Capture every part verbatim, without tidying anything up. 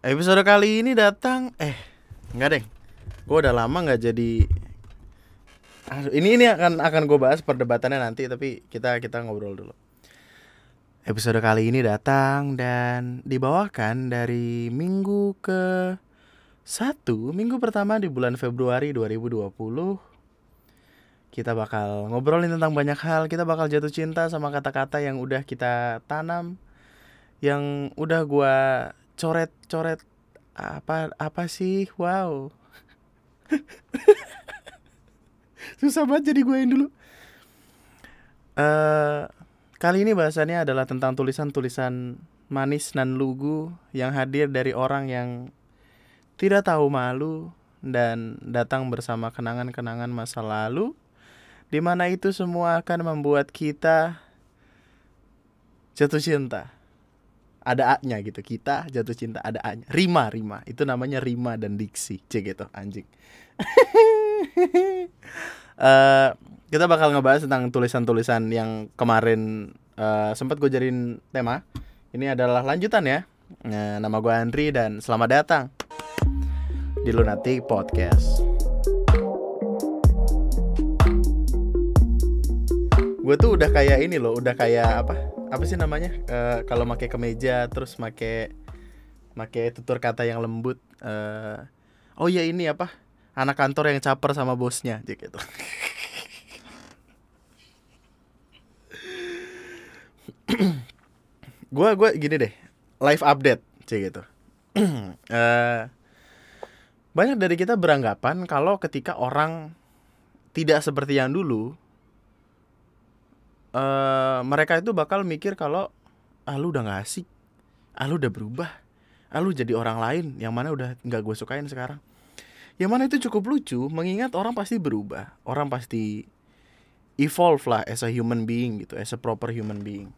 Episode kali ini datang Eh enggak deh, gue udah lama gak jadi. Aduh, ini ini akan akan gue bahas perdebatannya nanti, tapi kita kita ngobrol dulu. Episode kali ini datang dan dibawakan dari minggu ke satu, minggu pertama di bulan Februari dua ribu dua puluh. Kita bakal ngobrolin tentang banyak hal. Kita bakal jatuh cinta sama kata-kata yang udah kita tanam, yang udah gue coret-coret. Apa apa sih? Wow. Susah banget jadi gue yang dulu. Uh, kali ini bahasannya adalah tentang tulisan-tulisan manis nan lugu yang hadir dari orang yang tidak tahu malu dan datang bersama kenangan-kenangan masa lalu, di mana itu semua akan membuat kita jatuh cinta. Ada A-nya gitu, kita jatuh cinta ada A-nya. Rima, rima. Itu namanya rima dan diksi. Cek gitu, anjing. uh, kita bakal ngebahas tentang tulisan-tulisan yang kemarin uh, sempat gue jadiin tema. Ini adalah lanjutan ya. Nah, nama gue Andri dan selamat datang di Lunatic Podcast. Gue tuh udah kayak ini loh, udah kayak apa? Apa sih namanya? Uh, kalau pakai kemeja terus pakai pakai tutur kata yang lembut. Uh, oh ya ini apa? Anak kantor yang caper sama bosnya, gitu. Gue gue gini deh, live update, cik gitu. uh, banyak dari kita beranggapan kalau ketika orang tidak seperti yang dulu, uh, mereka itu bakal mikir kalau ah lu udah nggak asik, ah lu udah berubah, ah lu jadi orang lain yang mana udah nggak gue sukain sekarang. Yang mana itu cukup lucu, mengingat orang pasti berubah, orang pasti evolve lah as a human being gitu, as a proper human being.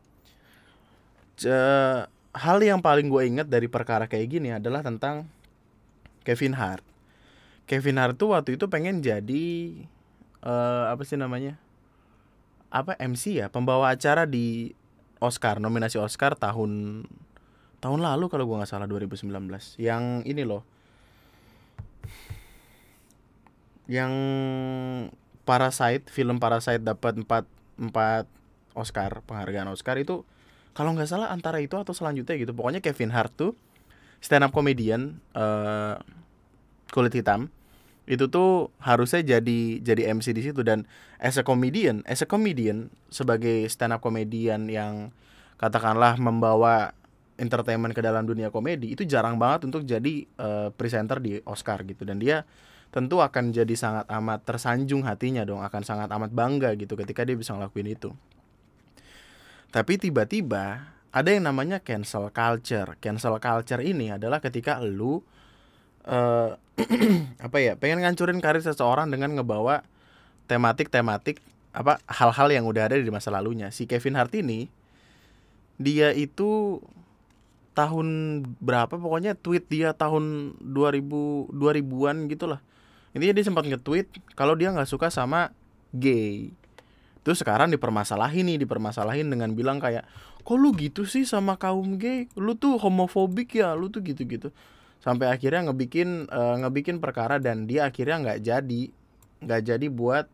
Uh, hal yang paling gue ingat dari perkara kayak gini adalah tentang Kevin Hart. Kevin Hart tuh waktu itu pengen jadi uh, apa sih namanya? Apa M C ya, pembawa acara di Oscar, nominasi Oscar tahun tahun lalu kalau gue nggak salah dua ribu sembilan belas. Yang ini loh, yang Parasite, film Parasite dapat empat empat Oscar, penghargaan Oscar itu kalau nggak salah antara itu atau selanjutnya gitu. Pokoknya Kevin Hart tuh stand up comedian uh, kulit hitam. Itu tuh harusnya jadi jadi M C di situ, dan as a comedian, as a comedian sebagai stand up comedian yang katakanlah membawa entertainment ke dalam dunia komedi, itu jarang banget untuk jadi uh, presenter di Oscar gitu. Dan dia tentu akan jadi sangat amat tersanjung hatinya dong, akan sangat amat bangga gitu ketika dia bisa ngelakuin itu. Tapi tiba-tiba ada yang namanya cancel culture. Cancel culture ini adalah ketika lu uh, apa ya, pengen ngancurin karir seseorang dengan ngebawa tematik-tematik apa hal-hal yang udah ada di masa lalunya. Si Kevin Hart ini, dia itu tahun berapa pokoknya tweet dia tahun dua ribu dua ribuan gitulah. Intinya dia sempat nge-tweet kalau dia nggak suka sama gay. Terus sekarang dipermasalahin nih, dipermasalahin dengan bilang kayak, kok lu gitu sih sama kaum gay? Lu tuh homofobik ya, lu tuh gitu-gitu. Sampai akhirnya ngebikin uh, ngebikin perkara dan dia akhirnya nggak jadi, nggak jadi buat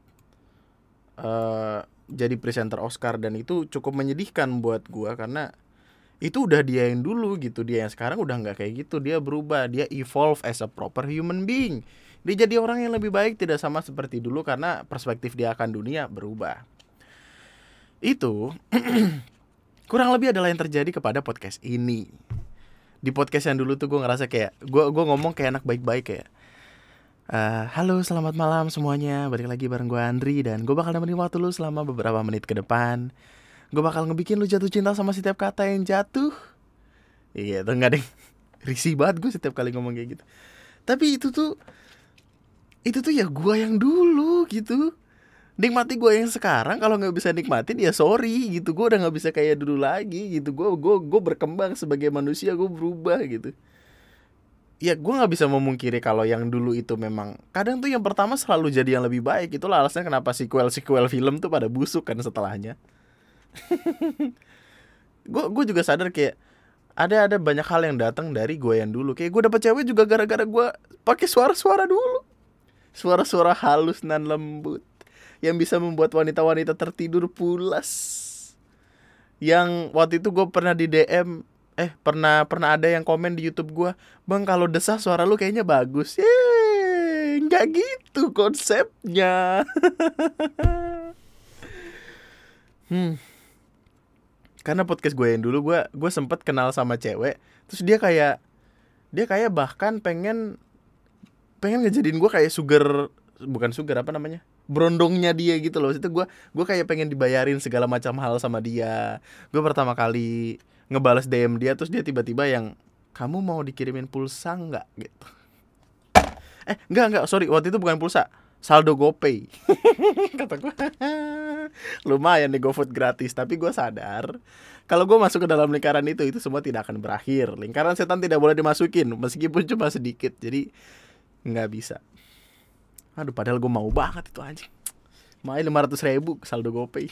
uh, jadi presenter Oscar. Dan itu cukup menyedihkan buat gua karena itu udah dia yang dulu gitu, dia yang sekarang udah nggak kayak gitu, dia berubah, dia evolve as a proper human being. Dia jadi orang yang lebih baik, tidak sama seperti dulu karena perspektif dia akan dunia berubah. Itu kurang lebih adalah yang terjadi kepada podcast ini. Di podcast yang dulu tuh gue ngerasa kayak gue gue ngomong kayak anak baik-baik kayak uh, halo selamat malam semuanya, balik lagi bareng gue Andri dan gue bakal nemenin waktu lu selama beberapa menit ke depan. Gue bakal ngebikin lu jatuh cinta sama setiap kata yang jatuh. Iya tuh nggak deh, risih banget gue setiap kali ngomong kayak gitu. Tapi itu tuh itu tuh ya gue yang dulu gitu. Nikmati gue yang sekarang, kalau nggak bisa nikmatin ya sorry gitu. Gue udah nggak bisa kayak dulu lagi gitu. Gue gue gue berkembang sebagai manusia, gue berubah gitu. Ya gue nggak bisa memungkiri kalau yang dulu itu memang kadang tuh yang pertama selalu jadi yang lebih baik. Itulah alasannya kenapa sequel sequel film tuh pada busuk kan setelahnya. Gue gue juga sadar kayak ada ada banyak hal yang datang dari gue yang dulu. Kayak gue dapet cewek juga gara-gara gue pakai suara-suara dulu, suara-suara halus nan lembut yang bisa membuat wanita-wanita tertidur pulas. Yang waktu itu gue pernah di D M, eh pernah pernah ada yang komen di YouTube gue, bang kalau desah suara lu kayaknya bagus. Yeay, nggak gitu konsepnya. hmm. Karena podcast gue yang dulu gue gue sempet kenal sama cewek, terus dia kayak dia kayak bahkan pengen pengen ngejadiin gue kayak sugar, bukan sugar apa namanya, berondongnya dia gitu loh. Itu gue gue kayak pengen dibayarin segala macam hal sama dia. Gue pertama kali ngebales D M dia, terus dia tiba-tiba yang, kamu mau dikirimin pulsa nggak gitu. Eh nggak nggak sorry, waktu itu bukan pulsa, saldo GoPay. Kata gue, lumayan nih GoFood gratis. Tapi gue sadar kalau gue masuk ke dalam lingkaran itu, itu semua tidak akan berakhir. Lingkaran setan tidak boleh dimasukin meskipun cuma sedikit. Jadi nggak bisa. Aduh, padahal gue mau banget itu anjing. Main lima ratus ribu saldo GoPay.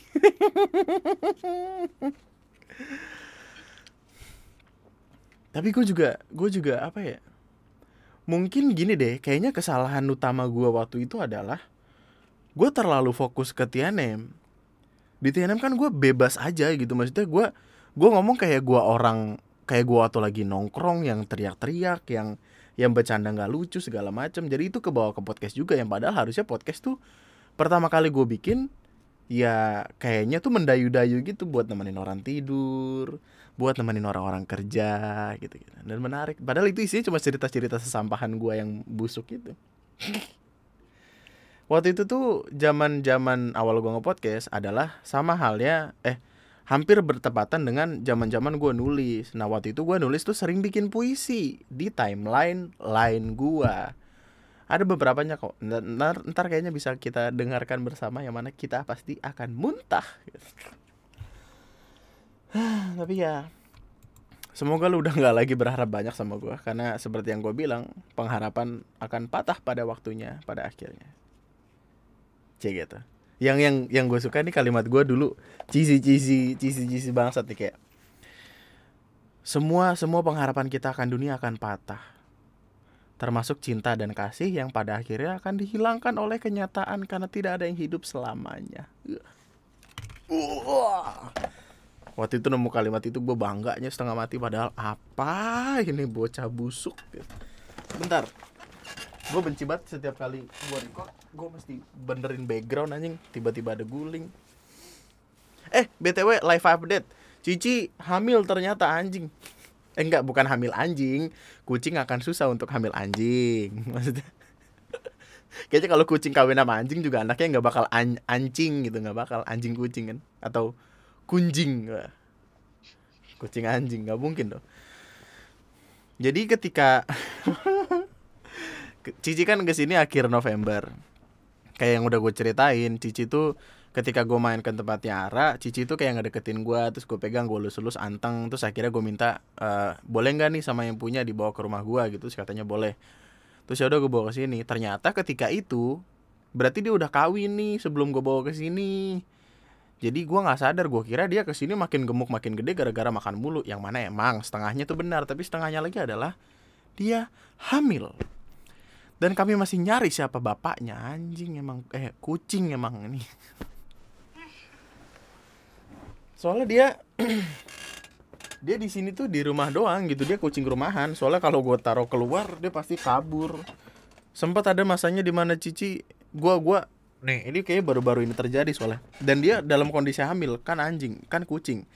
Tapi gue juga gue juga apa ya, mungkin gini deh, kayaknya kesalahan utama gue waktu itu adalah gue terlalu fokus ke T N M. Di T N M kan gue bebas aja gitu. Maksudnya gue gue ngomong kayak gue orang, kayak gue waktu lagi nongkrong yang teriak-teriak, yang yang bercanda nggak lucu segala macam. Jadi itu kebawa ke podcast juga, yang padahal harusnya podcast tuh pertama kali gue bikin ya kayaknya tuh mendayu-dayu gitu, buat nemenin orang tidur, buat nemenin orang-orang kerja gitu-gitu. Dan menarik. Padahal itu isinya cuma cerita-cerita sesampahan gue yang busuk gitu. Waktu itu tuh zaman-zaman awal gue nge-podcast adalah sama halnya eh hampir bertepatan dengan zaman-zaman gue nulis. Nah, waktu itu gue nulis tuh sering bikin puisi di timeline line gue. Ada beberapanya kok. Ntar, ntar kayaknya bisa kita dengarkan bersama, yang mana kita pasti akan muntah. Tapi ya, semoga lu udah gak lagi berharap banyak sama gue, karena seperti yang gue bilang, pengharapan akan patah pada waktunya, pada akhirnya. Cek gitu. Yang yang yang gue suka nih kalimat gue dulu, cheesy cheesy cheesy cheesy bangsat nih, kayak semua semua pengharapan kita akan dunia akan patah, termasuk cinta dan kasih yang pada akhirnya akan dihilangkan oleh kenyataan karena tidak ada yang hidup selamanya. Uh. Waktu itu nemu kalimat itu gue bangganya setengah mati, padahal apa ini bocah busuk. Bentar, gue benci banget setiap kali gue record gue mesti benerin background anjing, tiba-tiba ada guling. Eh B T W live update, Cici hamil ternyata anjing. Eh enggak, bukan hamil anjing. Kucing akan susah untuk hamil anjing. Maksudnya kayaknya kalau kucing kawin sama anjing juga anaknya nggak bakal an- anjing gitu, nggak bakal anjing kucing kan, atau kunjing. Kucing anjing nggak mungkin dong. Jadi ketika Cici kan kesini akhir November, kayak yang udah gue ceritain, Cici tuh ketika gue main ke tempatnya Ara, Cici tuh kayak ngedeketin gue, terus gue pegang, gue lus-lus anteng, terus akhirnya gue minta e, boleh nggak nih sama yang punya dibawa ke rumah gue gitu, terus katanya boleh. Terus ya udah gue bawa ke sini. Ternyata ketika itu berarti dia udah kawin nih sebelum gue bawa ke sini. Jadi gue nggak sadar, gue kira dia kesini makin gemuk makin gede gara-gara makan mulu. Yang mana emang setengahnya tuh benar, tapi setengahnya lagi adalah dia hamil. Dan kami masih nyari siapa bapaknya. Anjing emang, eh kucing emang ini. Soalnya dia dia di sini tuh di rumah doang gitu, dia kucing rumahan. Soalnya kalau gue taruh keluar dia pasti kabur. Sempat ada masanya di mana Cici, gue gue nih ini kayaknya baru-baru ini terjadi soalnya. Dan dia dalam kondisi hamil, kan anjing, kan kucing.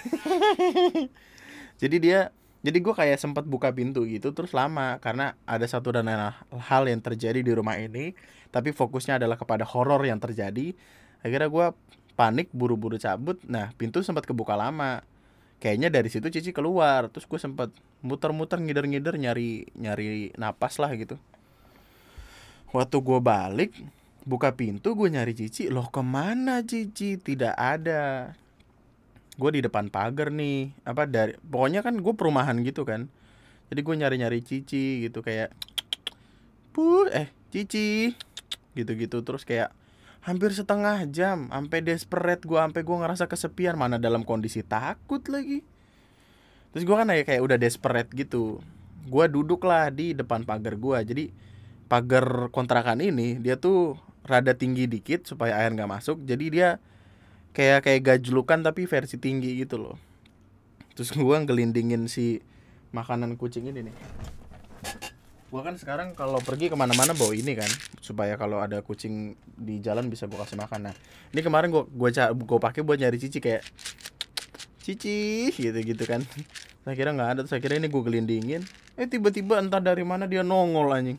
Jadi dia Jadi gue kayak sempat buka pintu gitu terus lama, karena ada satu dan lain hal yang terjadi di rumah ini, tapi fokusnya adalah kepada horor yang terjadi. Akhirnya gue panik, buru-buru cabut. Nah pintu sempat kebuka lama, kayaknya dari situ Cici keluar. Terus gue sempat muter-muter, ngider-ngider, nyari nyari napas lah gitu. Waktu gue balik buka pintu, gue nyari Cici, loh kemana Cici? Tidak ada. Gue di depan pagar nih, apa dari pokoknya kan gue perumahan gitu kan, jadi gue nyari-nyari Cici gitu, kayak puh eh Cici gitu-gitu. Terus kayak hampir setengah jam, sampai desperate gue, sampai gue ngerasa kesepian, mana dalam kondisi takut lagi. Terus gue kan kayak kayak udah desperate gitu. Gue duduk lah di depan pagar gue. Jadi pagar kontrakan ini dia tuh rada tinggi dikit supaya air nggak masuk. Jadi dia kayak kayak gajlukan tapi versi tinggi gitu loh. Terus gue ngelindingin si makanan kucing ini nih. Gue kan sekarang kalau pergi kemana-mana bawa ini kan, supaya kalau ada kucing di jalan bisa gue kasih makan. Nah ini kemarin gue gue gue pakai buat nyari Cici, kayak Cici gitu-gitu kan. Saya kira nggak ada, saya kira ini gue gelindingin. Eh tiba-tiba entah dari mana dia nongol anjing.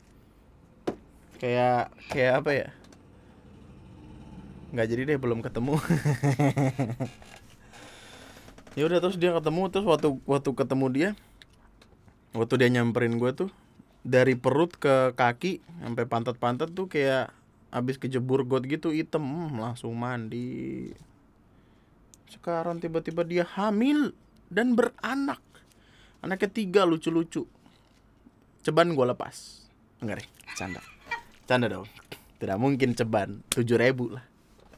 Kayak kayak apa ya? Nggak jadi deh, belum ketemu. Ya udah, terus dia ketemu, terus waktu waktu ketemu dia, waktu dia nyamperin gue tuh, dari perut ke kaki sampai pantat-pantat tuh kayak abis kejebur got gitu, hitam. Hmm, langsung mandi. Sekarang tiba-tiba dia hamil dan beranak. Anak ketiga lucu-lucu. Ceban gue lepas. Enggak deh, canda. Canda dong. Tidak mungkin ceban. Tujuh ribu lah.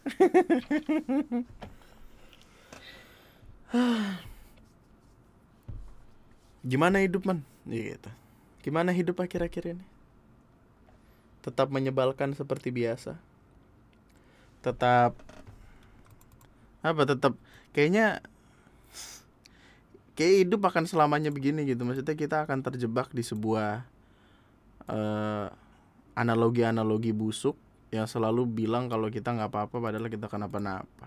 Gimana hidup man? Gitu. Gimana hidup akhir-akhir ini? Tetap menyebalkan seperti biasa. Tetap apa? Tetap kayaknya kayak hidup akan selamanya begini gitu. Maksudnya kita akan terjebak di sebuah uh, analogi-analogi busuk yang selalu bilang kalau kita nggak apa-apa padahal kita kenapa-napa.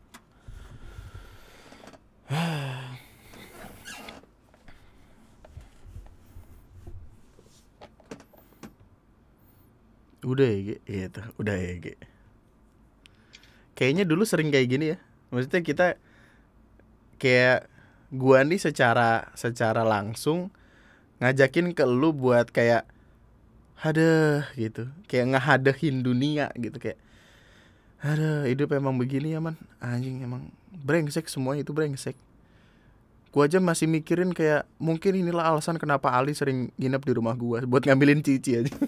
Udah ya gitu, udah ya gitu. Kayaknya dulu sering kayak gini ya. Maksudnya kita kayak gua nih secara secara langsung ngajakin ke lu buat kayak hadeh gitu, kayak ngehadehin dunia gitu, kayak aduh hidup emang begini ya man, anjing emang brengsek, semuanya itu brengsek. Gua aja masih mikirin kayak mungkin inilah alasan kenapa Ali sering nginep di rumah gua buat ngambilin Cici aja.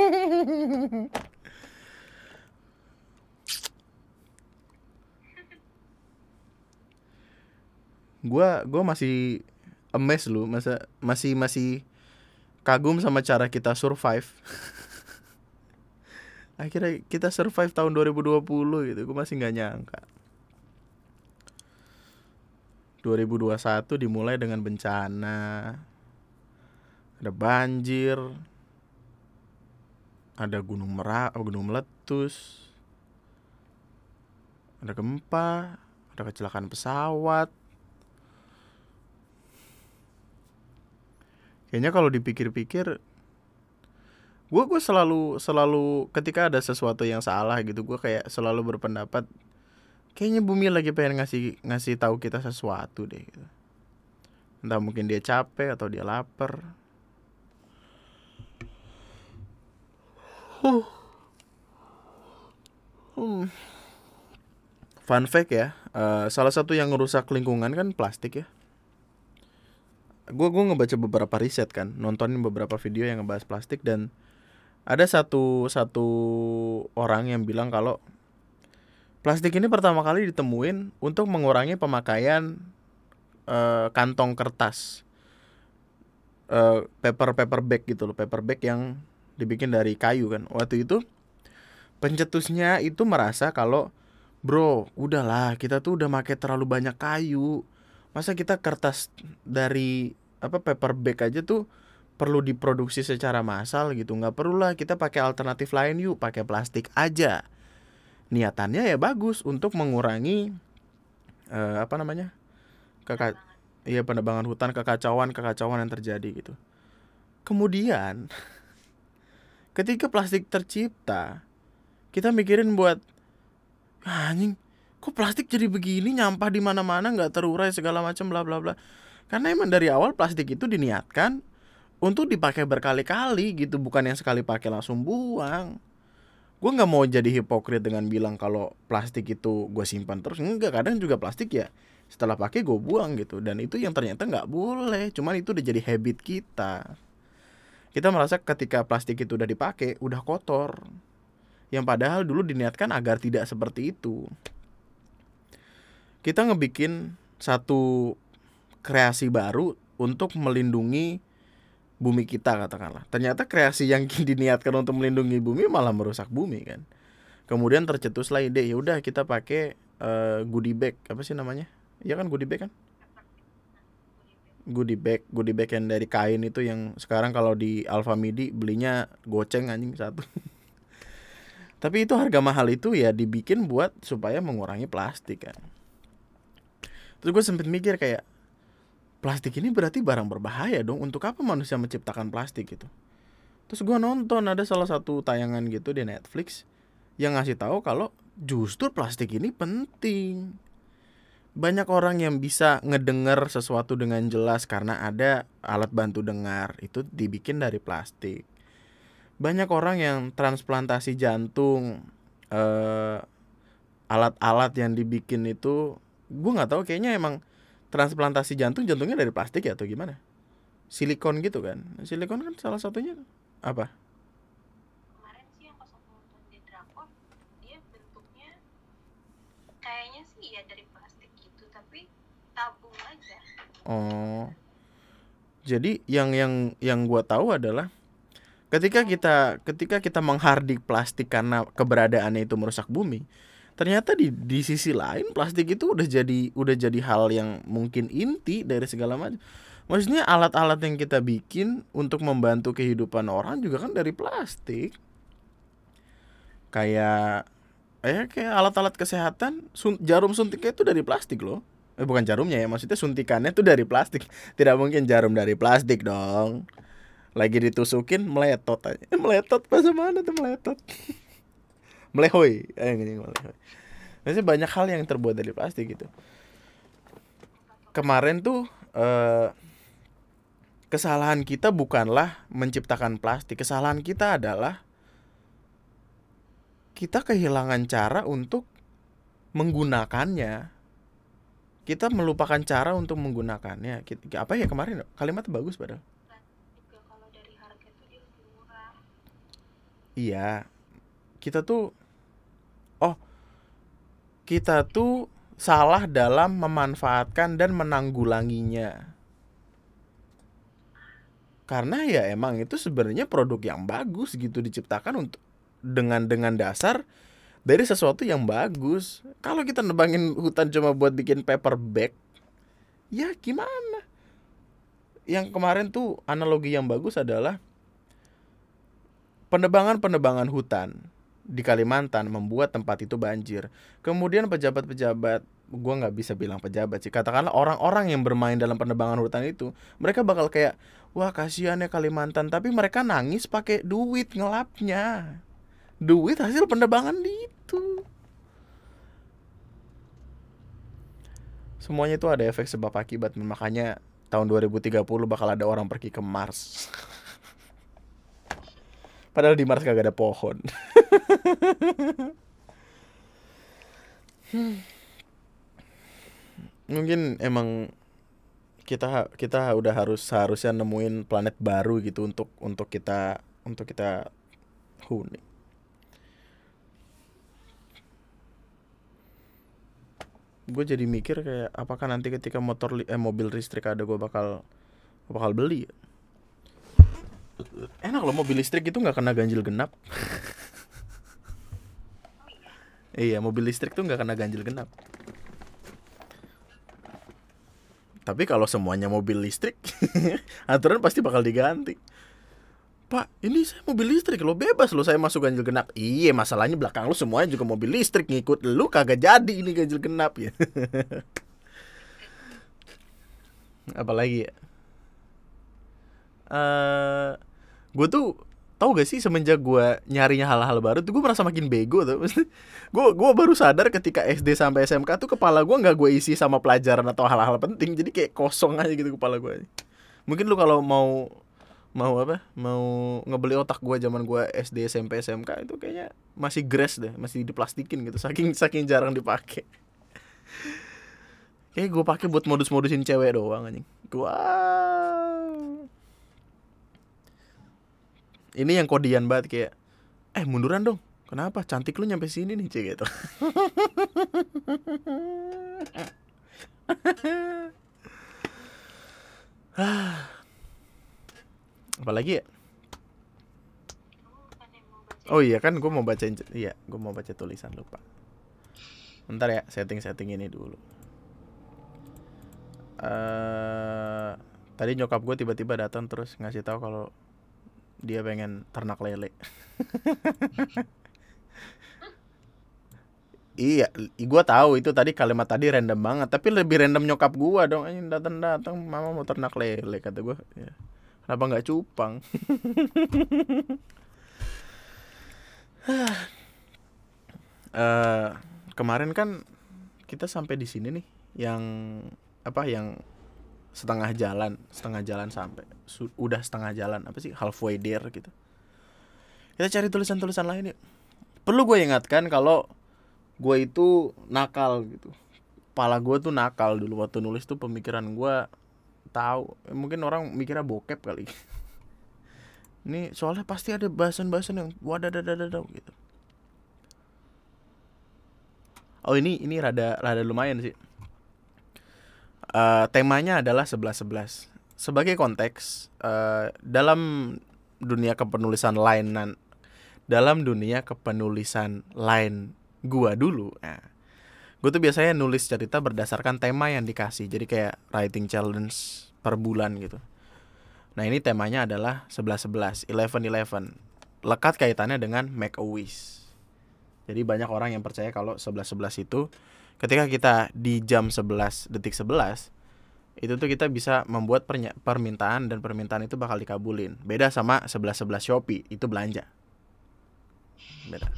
Gua gua masih amazed lu, masa masih masih kagum sama cara kita survive. Akhirnya kita survive tahun dua ribu dua puluh gitu. Gue masih gak nyangka dua ribu dua puluh satu dimulai dengan bencana. Ada banjir, ada gunung merah, gunung meletus, ada gempa, ada kecelakaan pesawat. Kayaknya kalau dipikir-pikir, gue gue selalu selalu ketika ada sesuatu yang salah gitu, gue kayak selalu berpendapat kayaknya bumi lagi pengen ngasih ngasih tahu kita sesuatu deh gitu. Entah mungkin dia capek atau dia lapar. Huh. Hmm. Fun fact ya, uh, salah satu yang ngerusak lingkungan kan plastik ya. Gue gue ngebaca beberapa riset kan, nontonin beberapa video yang ngebahas plastik, dan ada satu satu orang yang bilang kalau plastik ini pertama kali ditemuin untuk mengurangi pemakaian uh, kantong kertas, uh, paper paper bag gitu loh, paper bag yang dibikin dari kayu kan. Waktu itu pencetusnya itu merasa kalau bro, udahlah kita tuh udah pakai terlalu banyak kayu. Masa kita kertas dari apa paper bag aja tuh perlu diproduksi secara massal gitu. Nggak perlulah kita pakai alternatif lain, yuk pakai plastik aja. Niatannya ya bagus untuk mengurangi uh, apa namanya keka iya penebangan hutan, kekacauan kekacauan yang terjadi gitu. Kemudian ketika plastik tercipta, kita mikirin buat anjing, kok plastik jadi begini, nyampah di mana-mana, nggak terurai segala macam bla bla bla. Karena emang dari awal plastik itu diniatkan untuk dipakai berkali-kali gitu, bukan yang sekali pakai langsung buang. Gue nggak mau jadi hipokrit dengan bilang kalau plastik itu gue simpan terus, enggak, kadang juga plastik ya setelah pakai gue buang gitu, dan itu yang ternyata nggak boleh. Cuman itu udah jadi habit kita. Kita merasa ketika plastik itu udah dipakai udah kotor, yang padahal dulu diniatkan agar tidak seperti itu. Kita ngebikin satu kreasi baru untuk melindungi bumi kita katakanlah. Ternyata kreasi yang diniatkan untuk melindungi bumi malah merusak bumi kan. Kemudian tercetuslah ide, ya udah kita pakai uh, goodie bag, apa sih namanya? Iya kan goodie bag kan? Goodie bag, goodie bag yang dari kain itu yang sekarang kalau di Alfamidi belinya goceng anjing satu. Tapi itu harga mahal itu ya dibikin buat supaya mengurangi plastik kan. Terus gue sempet mikir kayak, plastik ini berarti barang berbahaya dong. Untuk apa manusia menciptakan plastik gitu? Terus gue nonton ada salah satu tayangan gitu di Netflix yang ngasih tahu kalau justru plastik ini penting. Banyak orang yang bisa ngedenger sesuatu dengan jelas karena ada alat bantu dengar, itu dibikin dari plastik. Banyak orang yang transplantasi jantung, eh, alat-alat yang dibikin itu, gue nggak tahu, kayaknya emang transplantasi jantung jantungnya dari plastik ya atau gimana? Silikon gitu kan? Silikon kan salah satunya apa? Kemarin sih yang pas aku nonton di drakor, dia bentuknya kayaknya sih ya dari plastik gitu, tapi tabung aja. Oh, jadi yang yang yang gue tahu adalah ketika kita ketika kita menghardik plastik karena keberadaannya itu merusak bumi, ternyata di di sisi lain plastik itu udah jadi udah jadi hal yang mungkin inti dari segala macam. Maksudnya alat-alat yang kita bikin untuk membantu kehidupan orang juga kan dari plastik. Kayak eh kayak alat-alat kesehatan, sun, jarum suntiknya itu dari plastik loh. Eh bukan jarumnya ya, maksudnya suntikannya itu dari plastik. Tidak mungkin jarum dari plastik dong. Lagi ditusukin meletot aja. Eh, meletot bahasa mana tuh meletot? Melehoy. Eh gini melehoy. Maksudnya banyak hal yang terbuat dari plastik gitu. Kemarin tuh eh, kesalahan kita bukanlah menciptakan plastik. Kesalahan kita adalah kita kehilangan cara untuk menggunakannya. Kita melupakan cara untuk menggunakannya. Kita, apa ya kemarin kalimatnya bagus padahal. Juga kalau dari harga tuh dia lebih murah. Iya, kita tuh oh, kita tuh salah dalam memanfaatkan dan menanggulanginya. Karena ya emang itu sebenarnya produk yang bagus gitu diciptakan untuk dengan dengan dasar dari sesuatu yang bagus. Kalau kita nebangin hutan cuma buat bikin paper bag, ya gimana? Yang kemarin tuh analogi yang bagus adalah penebangan-penebangan hutan di Kalimantan membuat tempat itu banjir. Kemudian pejabat-pejabat, gue nggak bisa bilang pejabat sih, katakanlah orang-orang yang bermain dalam penebangan hutan itu, mereka bakal kayak, wah kasihan ya Kalimantan, tapi mereka nangis pakai duit ngelapnya, duit hasil penebangan itu. Semuanya itu ada efek sebab akibat, makanya tahun dua ribu tiga puluh bakal ada orang pergi ke Mars. Padahal di Mars kagak ada pohon. hmm. Mungkin emang kita kita udah harus seharusnya nemuin planet baru gitu untuk untuk kita untuk kita huni. Gue jadi mikir kayak apakah nanti ketika motor li- eh, mobil listrik ada gue bakal bakal beli. Enak loh mobil listrik itu nggak kena ganjil genap. Iya, mobil listrik tuh nggak kena ganjil genap. Tapi kalau semuanya mobil listrik, aturan pasti bakal diganti. Pak, ini saya mobil listrik lo, bebas lo saya masuk ganjil genap. Iya, masalahnya belakang lo semuanya juga mobil listrik, ngikut lu kagak jadi ini ganjil genap ya. Apalagi ya? Eh, gue tuh tahu gak sih semenjak gue nyarinya hal-hal baru tuh gue merasa makin bego tuh. gue gue baru sadar ketika S D sampai S M K tuh kepala gue nggak gue isi sama pelajaran atau hal-hal penting, jadi kayak kosong aja gitu kepala gue. Mungkin lu kalau mau mau apa mau ngebeli otak gue zaman gue S D S M P S M K itu kayaknya masih gres deh, masih diplastikin gitu saking saking jarang dipakai. Kayak gue pakai buat modus-modusin cewek doang anjing. Wow. Ini yang kodian banget kayak, eh munduran dong. Kenapa? Cantik lu nyampe sini nih, cek gitu. Apalagi ya? Kamu bukannya mau baca Oh iya kan, gue mau bacain, iya gue mau baca tulisan, lupa. Bentar ya, setting-setting ini dulu. Eh, tadi nyokap gue tiba-tiba datang terus ngasih tahu kalau dia pengen ternak lele. Iya, gue tahu itu tadi kalimat tadi random banget, tapi lebih random nyokap gue dong. Ini datang-datang, mama mau ternak lele kata gue. Ya. Kenapa nggak cupang? Eh, kemarin kan kita sampai di sini nih, yang apa yang setengah jalan, setengah jalan sampai Su- udah setengah jalan, apa sih, halfway there gitu. Kita cari tulisan-tulisan lain ya. Perlu gue ingatkan kalau gue itu nakal gitu. Kepala gue tuh nakal dulu waktu nulis tuh, pemikiran gue tahu. Eh, mungkin orang mikirnya bokep kali. Ini soalnya pasti ada bahasan-bahasan yang wadadadadadaw gitu. Oh ini ini rada rada lumayan sih. Eh, temanya adalah sebelas sebelas. Sebagai konteks, eh, dalam dunia kepenulisan lainan, dalam dunia kepenulisan lain gua dulu, nah, gue tuh biasanya nulis cerita berdasarkan tema yang dikasih. Jadi kayak writing challenge per bulan gitu. Nah ini temanya adalah sebelas sebelas, eleven eleven. Lekat kaitannya dengan Make a Wish. Jadi banyak orang yang percaya kalau sebelas sebelas itu ketika kita di jam sebelas detik sebelas, itu tuh kita bisa membuat pernya- permintaan, dan permintaan itu bakal dikabulin. Beda sama sebelas sebelas Shopee, itu belanja. Beda.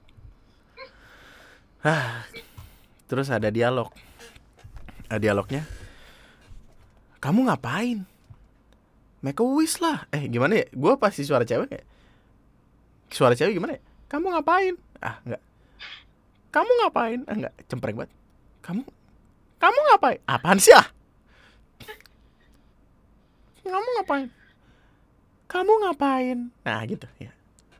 Hah, terus ada dialog. Ada dialognya. Kamu ngapain? Make a wish lah. Eh gimana ya? Gue pasti suara cewek ya. Suara cewek gimana ya? Kamu ngapain? Ah enggak. Kamu ngapain? Ah, enggak, cempreng banget. Kamu Kamu ngapain? Apaan sih ah? Kamu ngapain? Kamu ngapain? Nah gitu ya.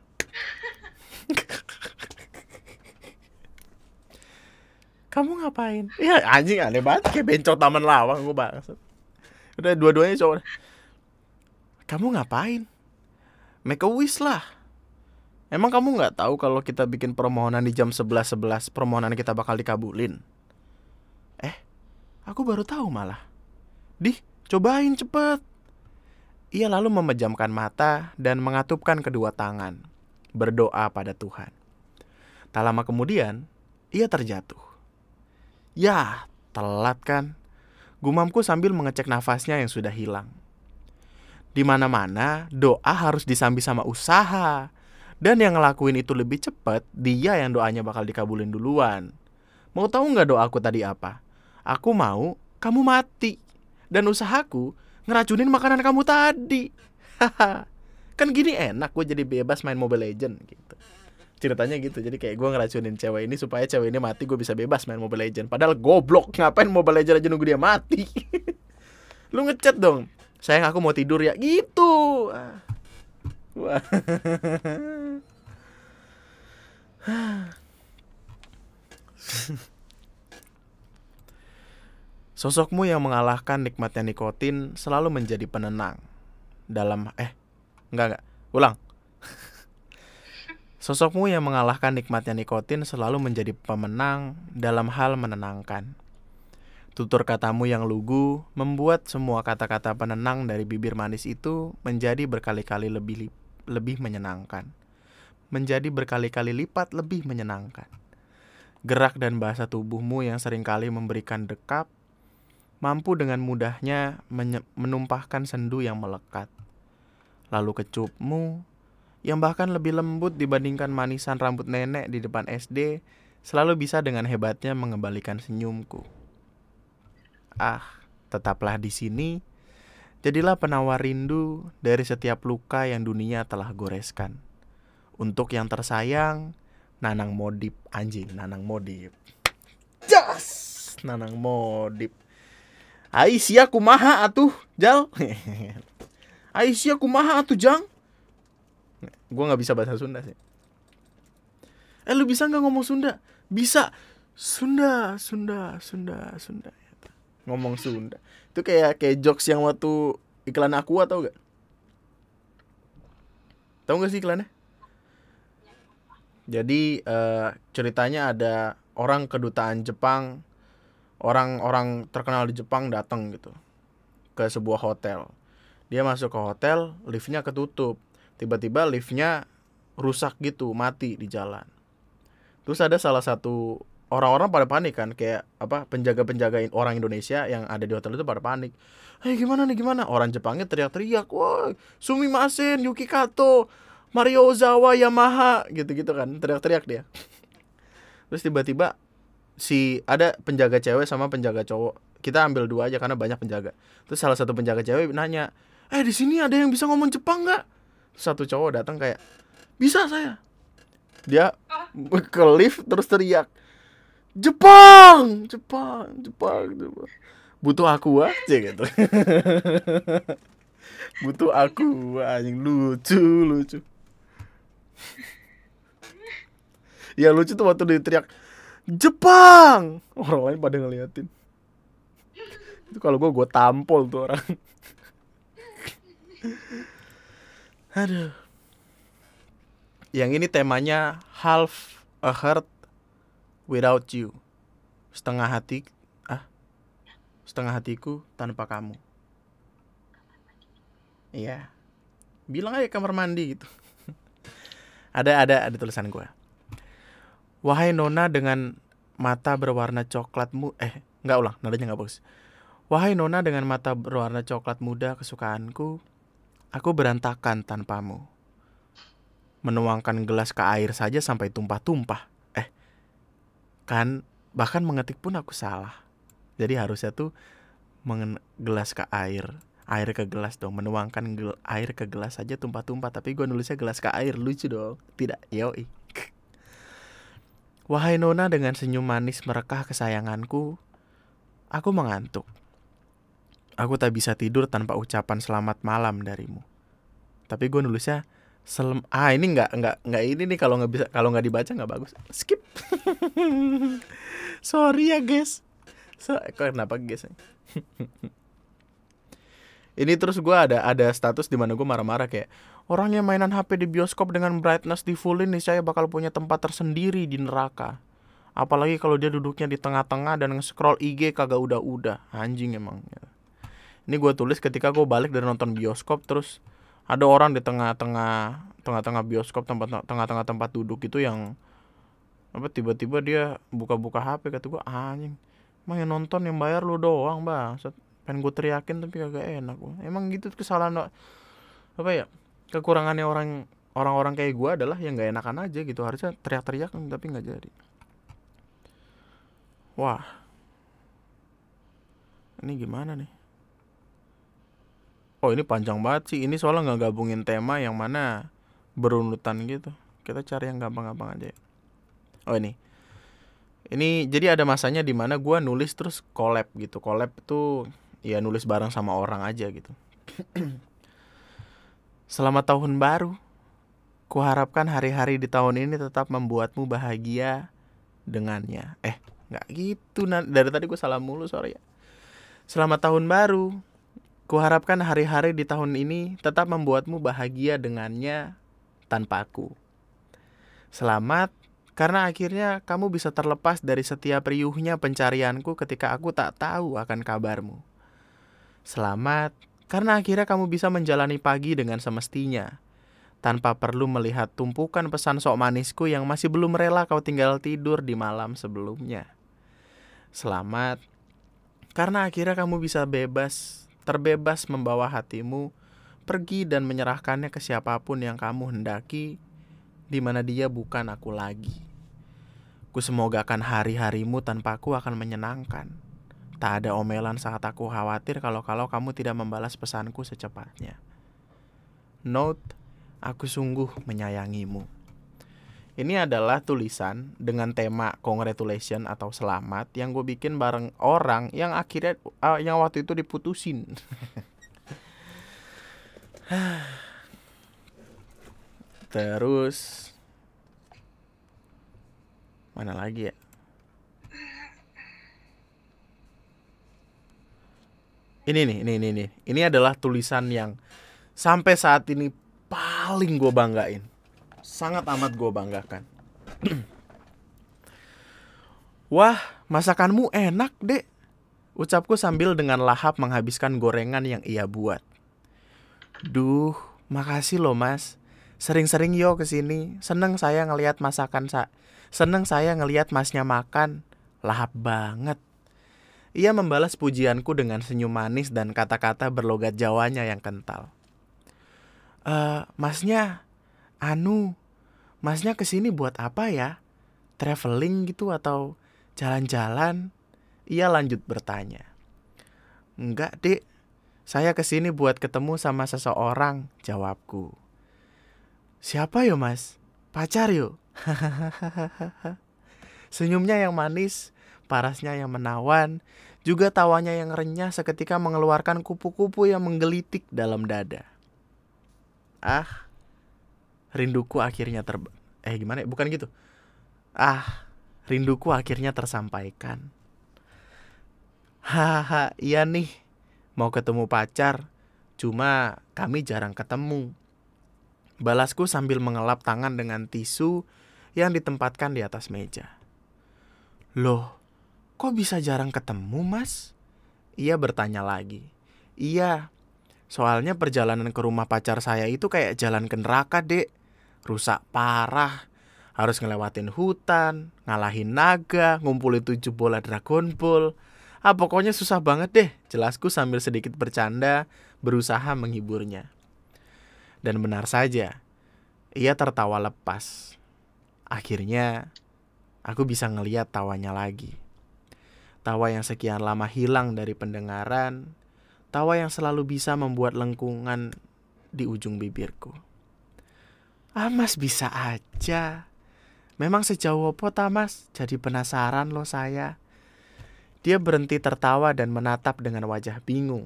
Kamu ngapain? Ya anjing, aneh banget, kayak bencong taman lawang gue banget. Udah dua-duanya cowok. Kamu ngapain? Make a wish lah. Emang kamu nggak tahu kalau kita bikin permohonan di jam sebelas sebelas, permohonan kita bakal dikabulin? Eh, aku baru tahu malah. Dih, cobain cepet. Ia lalu memejamkan mata dan mengatupkan kedua tangan, berdoa pada Tuhan. Tak lama kemudian, ia terjatuh. Ya, telat kan? Gumamku sambil mengecek nafasnya yang sudah hilang. Di mana-mana, doa harus disambi sama usaha. Dan yang ngelakuin itu lebih cepat, dia yang doanya bakal dikabulin duluan. Mau tahu nggak doaku tadi apa? Aku mau kamu mati, dan usahaku ngeracunin makanan kamu tadi. Haha. Kan gini enak, gue jadi bebas main Mobile Legend gitu. Ceritanya gitu, jadi kayak gue ngeracunin cewek ini supaya cewek ini mati, gue bisa bebas main Mobile Legend. Padahal goblok, ngapain Mobile Legend aja nunggu dia mati. Lu ngechat dong, sayang aku mau tidur ya, gitu. Wah. Sosokmu yang mengalahkan nikmatnya nikotin selalu menjadi penenang dalam eh enggak enggak ulang. Sosokmu yang mengalahkan nikmatnya nikotin selalu menjadi pemenang dalam hal menenangkan. Tutur katamu yang lugu membuat semua kata-kata penenang dari bibir manis itu menjadi berkali-kali lebih lebih menyenangkan. Menjadi berkali-kali lipat lebih menyenangkan. Gerak dan bahasa tubuhmu yang seringkali memberikan dekap mampu dengan mudahnya menye- menumpahkan sendu yang melekat. Lalu kecupmu yang bahkan lebih lembut dibandingkan manisan rambut nenek di depan S D selalu bisa dengan hebatnya mengembalikan senyumku. Ah, tetaplah di sini. Jadilah penawar rindu dari setiap luka yang dunia telah goreskan. Untuk yang tersayang, Nanang Modip. Anjing, Nanang Modip. Jas, Nanang Modip. Aisyah kumaha atuh, Jal. Aisyah kumaha atuh, Jang. Gue gak bisa bahasa Sunda sih. Eh lu bisa gak ngomong Sunda? Bisa. Sunda, Sunda, Sunda, Sunda. ngomong Sunda. Itu kayak kayak jokes yang waktu iklan Aqua, tau gak? Tahu gak sih iklannya? Jadi eh, ceritanya ada orang kedutaan Jepang, orang-orang terkenal di Jepang datang gitu ke sebuah hotel. Dia masuk ke hotel, liftnya ketutup. Tiba-tiba liftnya rusak gitu, mati di jalan. Terus ada salah satu orang-orang pada panik kan, kayak apa penjaga-penjaga orang Indonesia yang ada di hotel itu pada panik. Hei gimana nih gimana? Orang Jepangnya teriak-teriak, wah Sumimasen, Yuki Kato, Mario Ozawa, Yamaha, gitu-gitu kan, teriak-teriak dia. Terus tiba-tiba si ada penjaga cewek sama penjaga cowok. Kita ambil dua aja karena banyak penjaga. Terus salah satu penjaga cewek nanya, eh di sini ada yang bisa ngomong Jepang nggak? Satu cowok datang kayak, bisa saya. Dia ke lift terus teriak, Jepang, Jepang, Jepang, Jepang. Butuh aku aja gitu. Butuh aku anjing, lucu, lucu. Ya lucu tuh waktu dia teriak Jepang. Orang lain pada ngeliatin. Itu kalau gue gue tampol tuh orang. Aduh. Yang ini temanya half a heart without you. Setengah hati ah setengah hatiku tanpa kamu. Iya. Bilang aja kamar mandi gitu. ada ada ada tulisan gue. Wahai nona dengan mata berwarna coklat mu eh nggak ulang, nadanya nggak bagus. Wahai nona dengan mata berwarna coklat muda kesukaanku, aku berantakan tanpamu. Menuangkan gelas ke air saja sampai tumpah-tumpah. Eh, kan bahkan mengetik pun aku salah. Jadi harusnya tuh mengen- gelas ke air, air ke gelas dong. Menuangkan gel- air ke gelas saja tumpah-tumpah, tapi gue nulisnya gelas ke air, lucu dong. Tidak, yoi. Wahai nona dengan senyum manis merekah kesayanganku, aku mengantuk. Aku tak bisa tidur tanpa ucapan selamat malam darimu. Tapi gue nulisnya selem ah ini nggak nggak nggak ini nih, kalau nggak bisa kalau nggak dibaca nggak bagus. Skip. Sorry ya guys. So, kok kenapa guys? Ini terus gue ada ada status di mana gue marah-marah kayak, orang yang mainan H P di bioskop dengan brightness di fullin nih saya bakal punya tempat tersendiri di neraka. Apalagi kalau dia duduknya di tengah-tengah dan nge-scroll I G kagak udah-udah. Anjing emang. Ini gue tulis ketika gue balik dari nonton bioskop, terus ada orang di tengah-tengah tengah-tengah bioskop, tempat tengah-tengah tempat duduk itu yang apa tiba-tiba dia buka-buka H P. Kata gue, anjing, emang yang nonton yang bayar lu doang bang. Pengen gue teriakin tapi kagak enak. Emang gitu kesalahan apa ya, kekurangannya orang orang-orang kayak gue adalah yang nggak enakan aja gitu. Harusnya teriak-teriak tapi nggak jadi. Wah, ini gimana nih? Oh ini panjang banget sih. Ini soalnya nggak gabungin tema yang mana berunutan gitu. Kita cari yang gampang-gampang aja ya. Oh ini Ini jadi ada masanya di mana gue nulis terus collab gitu. Collab tuh ya nulis bareng sama orang aja gitu. Selamat tahun baru. Kuharapkan hari-hari di tahun ini tetap membuatmu bahagia dengannya. Eh, nggak gitu. Dari tadi gue salah mulu, sorry ya. Selamat tahun baru. Kuharapkan hari-hari di tahun ini tetap membuatmu bahagia dengannya tanpa aku. Selamat karena akhirnya kamu bisa terlepas dari setiap riuhnya pencarianku ketika aku tak tahu akan kabarmu. Selamat karena akhirnya kamu bisa menjalani pagi dengan semestinya, tanpa perlu melihat tumpukan pesan sok manisku yang masih belum rela kau tinggal tidur di malam sebelumnya. Selamat karena akhirnya kamu bisa bebas, terbebas membawa hatimu pergi dan menyerahkannya ke siapapun yang kamu hendaki, di mana dia bukan aku lagi. Kusemogakan hari-harimu tanpaku akan menyenangkan. Tak ada omelan saat aku khawatir kalau-kalau kamu tidak membalas pesanku secepatnya. Note, aku sungguh menyayangimu. Ini adalah tulisan dengan tema congratulation atau selamat yang gue bikin bareng orang yang akhirnya uh, yang waktu itu diputusin. Terus mana lagi ya? Ini nih, ini, ini, ini. Ini adalah tulisan yang sampai saat ini paling gue banggain. Sangat amat gue banggakan. Wah, masakanmu enak, Dek. Ucapku sambil dengan lahap menghabiskan gorengan yang ia buat. Duh, makasih loh, Mas. Sering-sering yo kesini. Seneng saya ngelihat masakan sa. Seneng saya ngelihat Masnya makan. Lahap banget. Ia membalas pujianku dengan senyum manis dan kata-kata berlogat Jawanya yang kental. Eh, Masnya, anu, Masnya kesini buat apa ya? Traveling gitu atau jalan-jalan? Ia lanjut bertanya. Enggak, Dek. Saya kesini buat ketemu sama seseorang, jawabku. Siapa yo, Mas? Pacar yo? Senyumnya yang manis, parasnya yang menawan, juga tawanya yang renyah seketika mengeluarkan kupu-kupu yang menggelitik dalam dada. Ah, rinduku akhirnya ter... Eh gimana? Bukan gitu. Ah, rinduku akhirnya tersampaikan. Haha, iya nih. Mau ketemu pacar, cuma kami jarang ketemu. Balasku sambil mengelap tangan dengan tisu yang ditempatkan di atas meja. Loh, kok bisa jarang ketemu, Mas? Ia bertanya lagi. Iya, soalnya perjalanan ke rumah pacar saya itu kayak jalan ke neraka, Dek. Rusak parah. Harus ngelewatin hutan, ngalahin naga, ngumpulin tujuh bola Dragon Ball. Ah, pokoknya susah banget deh, jelasku sambil sedikit bercanda, berusaha menghiburnya. Dan benar saja, ia tertawa lepas. Akhirnya, aku bisa ngeliat tawanya lagi. Tawa yang sekian lama hilang dari pendengaran, tawa yang selalu bisa membuat lengkungan di ujung bibirku. Ah, Mas bisa aja. Memang sejauh apa ta, Mas? Jadi penasaran loh saya. Dia berhenti tertawa dan menatap dengan wajah bingung.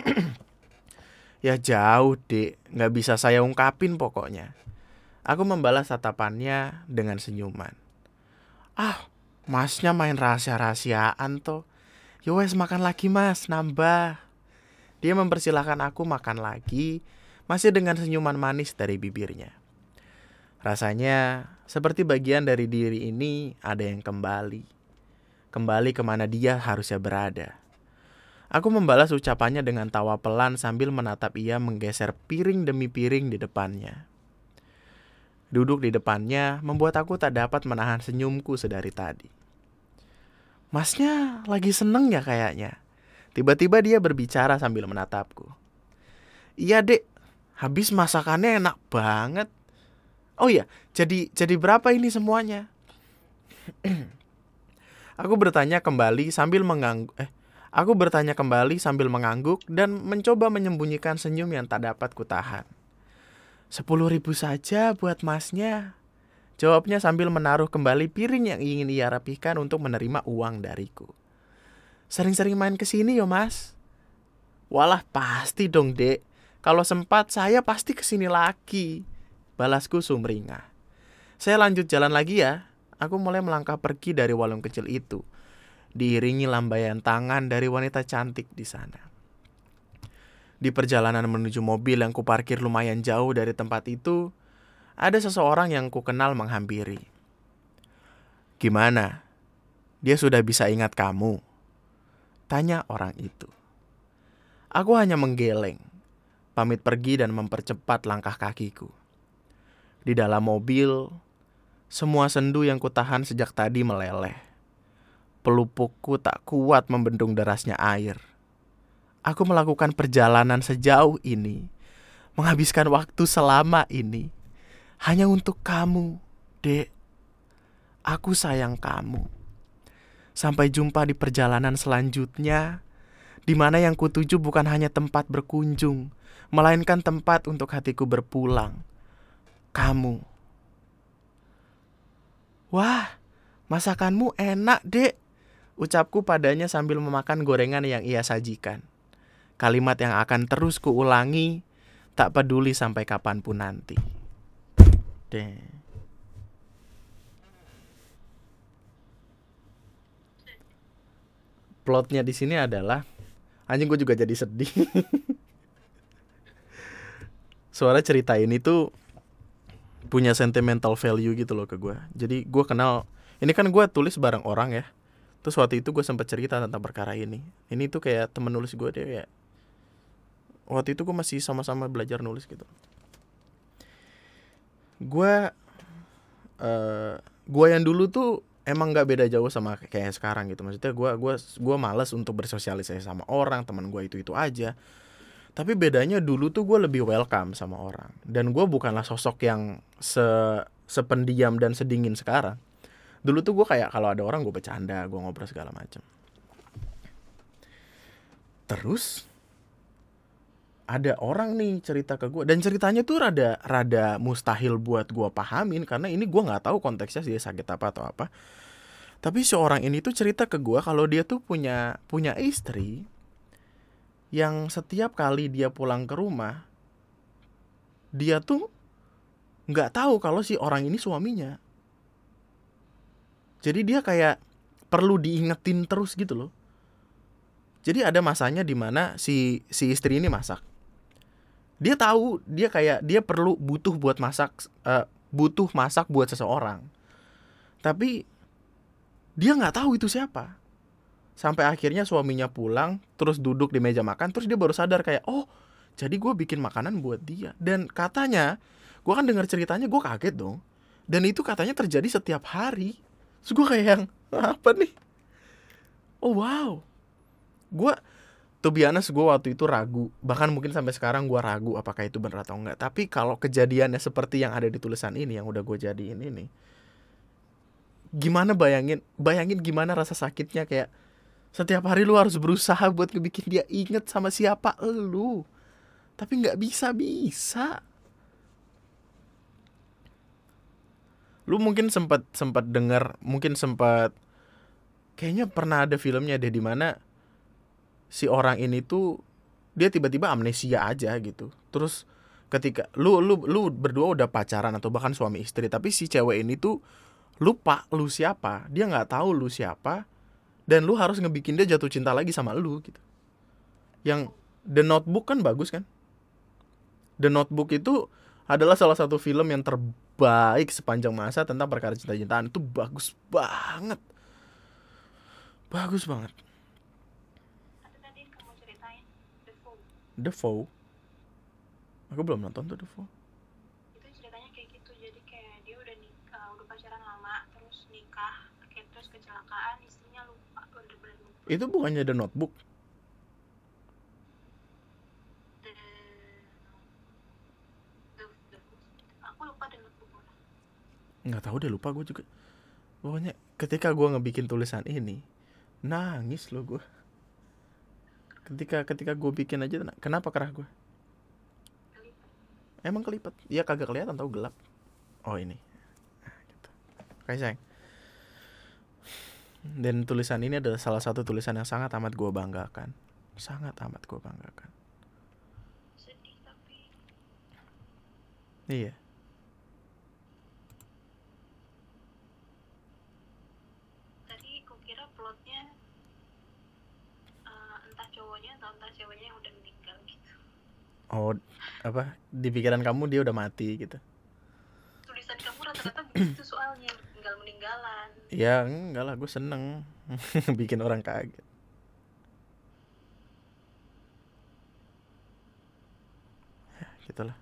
Ya jauh, Dek. Nggak bisa saya ungkapin pokoknya. Aku membalas tatapannya dengan senyuman. Ah, Masnya main rahasia-rahasiaan toh. Yowes makan lagi, Mas, nambah. Dia mempersilahkan aku makan lagi, masih dengan senyuman manis dari bibirnya. Rasanya seperti bagian dari diri ini ada yang kembali. Kembali kemana dia harusnya berada. Aku membalas ucapannya dengan tawa pelan sambil menatap ia menggeser piring demi piring di depannya. Duduk di depannya membuat aku tak dapat menahan senyumku sedari tadi. Masnya lagi seneng ya kayaknya. Tiba-tiba dia berbicara sambil menatapku. Iya, Dek, habis masakannya enak banget. Oh iya, jadi jadi berapa ini semuanya? Aku bertanya kembali sambil mengangguk. Eh, aku bertanya kembali sambil mengangguk dan mencoba menyembunyikan senyum yang tak dapat kutahan. Sepuluh ribu saja buat Masnya, jawabnya sambil menaruh kembali piring yang ingin ia rapihkan untuk menerima uang dariku. Sering-sering main kesini yo, Mas. Walah pasti dong, Dek. Kalau sempat saya pasti kesini lagi. Balasku sumringah. Saya lanjut jalan lagi ya. Aku mulai melangkah pergi dari warung kecil itu, diiringi lambaian tangan dari wanita cantik di sana. Di perjalanan menuju mobil yang kuparkir lumayan jauh dari tempat itu, ada seseorang yang kukenal menghampiri. Gimana? Dia sudah bisa ingat kamu? Tanya orang itu. Aku hanya menggeleng, pamit pergi dan mempercepat langkah kakiku. Di dalam mobil, semua sendu yang kutahan sejak tadi meleleh. Pelupukku tak kuat membendung derasnya air. Aku melakukan perjalanan sejauh ini, menghabiskan waktu selama ini, hanya untuk kamu, Dek. Aku sayang kamu. Sampai jumpa di perjalanan selanjutnya, di mana yang kutuju bukan hanya tempat berkunjung, melainkan tempat untuk hatiku berpulang. Kamu. Wah, masakanmu enak, Dek. Ucapku padanya sambil memakan gorengan yang ia sajikan. Kalimat yang akan terus kuulangi, tak peduli sampai kapanpun nanti. Dek. Plotnya di sini adalah Anjing, gue juga jadi sedih. Soalnya cerita ini tuh punya sentimental value gitu loh ke gue. Jadi gue kenal, ini kan gue tulis bareng orang ya. Terus waktu itu gue sempat cerita tentang perkara ini. Ini tuh kayak temen nulis gue, dia kayak, waktu itu gue masih sama-sama belajar nulis gitu. Gue uh, gue yang dulu tuh emang nggak beda jauh sama kayak sekarang gitu. Maksudnya gue gue gue malas untuk bersosialisasi sama orang, teman gue itu itu aja. Tapi bedanya dulu tuh gue lebih welcome sama orang. Dan gue bukanlah sosok yang se sependiam dan sedingin sekarang. Dulu tuh gue kayak kalau ada orang gue bercanda, gue ngobrol segala macam. Terus ada orang nih cerita ke gue, dan ceritanya tuh rada rada mustahil buat gue pahamin karena ini gue nggak tahu konteksnya dia sakit apa atau apa. Tapi seorang ini tuh cerita ke gue kalau dia tuh punya punya istri yang setiap kali dia pulang ke rumah, dia tuh nggak tahu kalau si orang ini suaminya. Jadi dia kayak perlu diingetin terus gitu loh. Jadi ada masanya dimana si si istri ini masak. Dia tahu dia kayak dia perlu butuh buat masak, uh, butuh masak buat seseorang. Tapi dia nggak tahu itu siapa. Sampai akhirnya suaminya pulang, terus duduk di meja makan, terus dia baru sadar kayak, oh, jadi gue bikin makanan buat dia. Dan katanya, gue kan dengar ceritanya, gue kaget dong. Dan itu katanya terjadi setiap hari. Terus gue kayak yang, apa nih? Oh wow. Gue, to be honest, gue waktu itu ragu. Bahkan mungkin sampai sekarang gue ragu apakah itu benar atau enggak. Tapi kalau kejadiannya seperti yang ada di tulisan ini, yang udah gue jadiin ini, gimana bayangin, bayangin gimana rasa sakitnya kayak, setiap hari lu harus berusaha buat ngebikin dia inget sama siapa lu. Tapi gak bisa-bisa. Lu mungkin sempat sempat dengar, mungkin sempat, kayaknya pernah ada filmnya deh dimana si orang ini tuh dia tiba-tiba amnesia aja gitu. Terus ketika lu lu lu berdua udah pacaran atau bahkan suami istri, tapi si cewek ini tuh lupa lu siapa. Dia nggak tahu lu siapa. Dan lu harus ngebikin dia jatuh cinta lagi sama lu gitu. Yang The Notebook kan bagus kan? The Notebook itu adalah salah satu film yang terbaik sepanjang masa tentang perkara cinta-cintaan. Itu bagus banget. Bagus banget. Ada tadi yang kamu ceritain, The Foe. The Foe? Aku belum nonton tuh The Foe. Itu ceritanya kayak gitu. Jadi kayak dia udah nikah, udah pacaran lama, terus nikah, kayak terus kecelakaan, istrinya lupa, bener-bener lupa. Itu bukannya The Notebook? The, the, the, aku lupa The Notebook mana. Nggak tahu deh, lupa gue juga. Pokoknya ketika gue ngebikin tulisan ini, nangis loh gue. Ketika ketika gue bikin aja, kenapa kerah gue? Kelipet. Emang kelipet? Iya kagak kelihatan, tahu gelap. Oh ini. Nah, gitu. Oke sayang. Dan tulisan ini adalah salah satu tulisan yang sangat amat gue banggakan. Sangat amat gue banggakan. Sedih tapi. Iya. Tadi kukira plotnya uh, entah cowoknya atau entah ceweknya yang udah meninggal gitu. Oh, apa? Di pikiran kamu dia udah mati gitu. Tulisan kamu rata-rata begitu soalnya, meninggal-meninggalan. Ya enggak lah, gue seneng bikin orang kaget. Ya gitulah.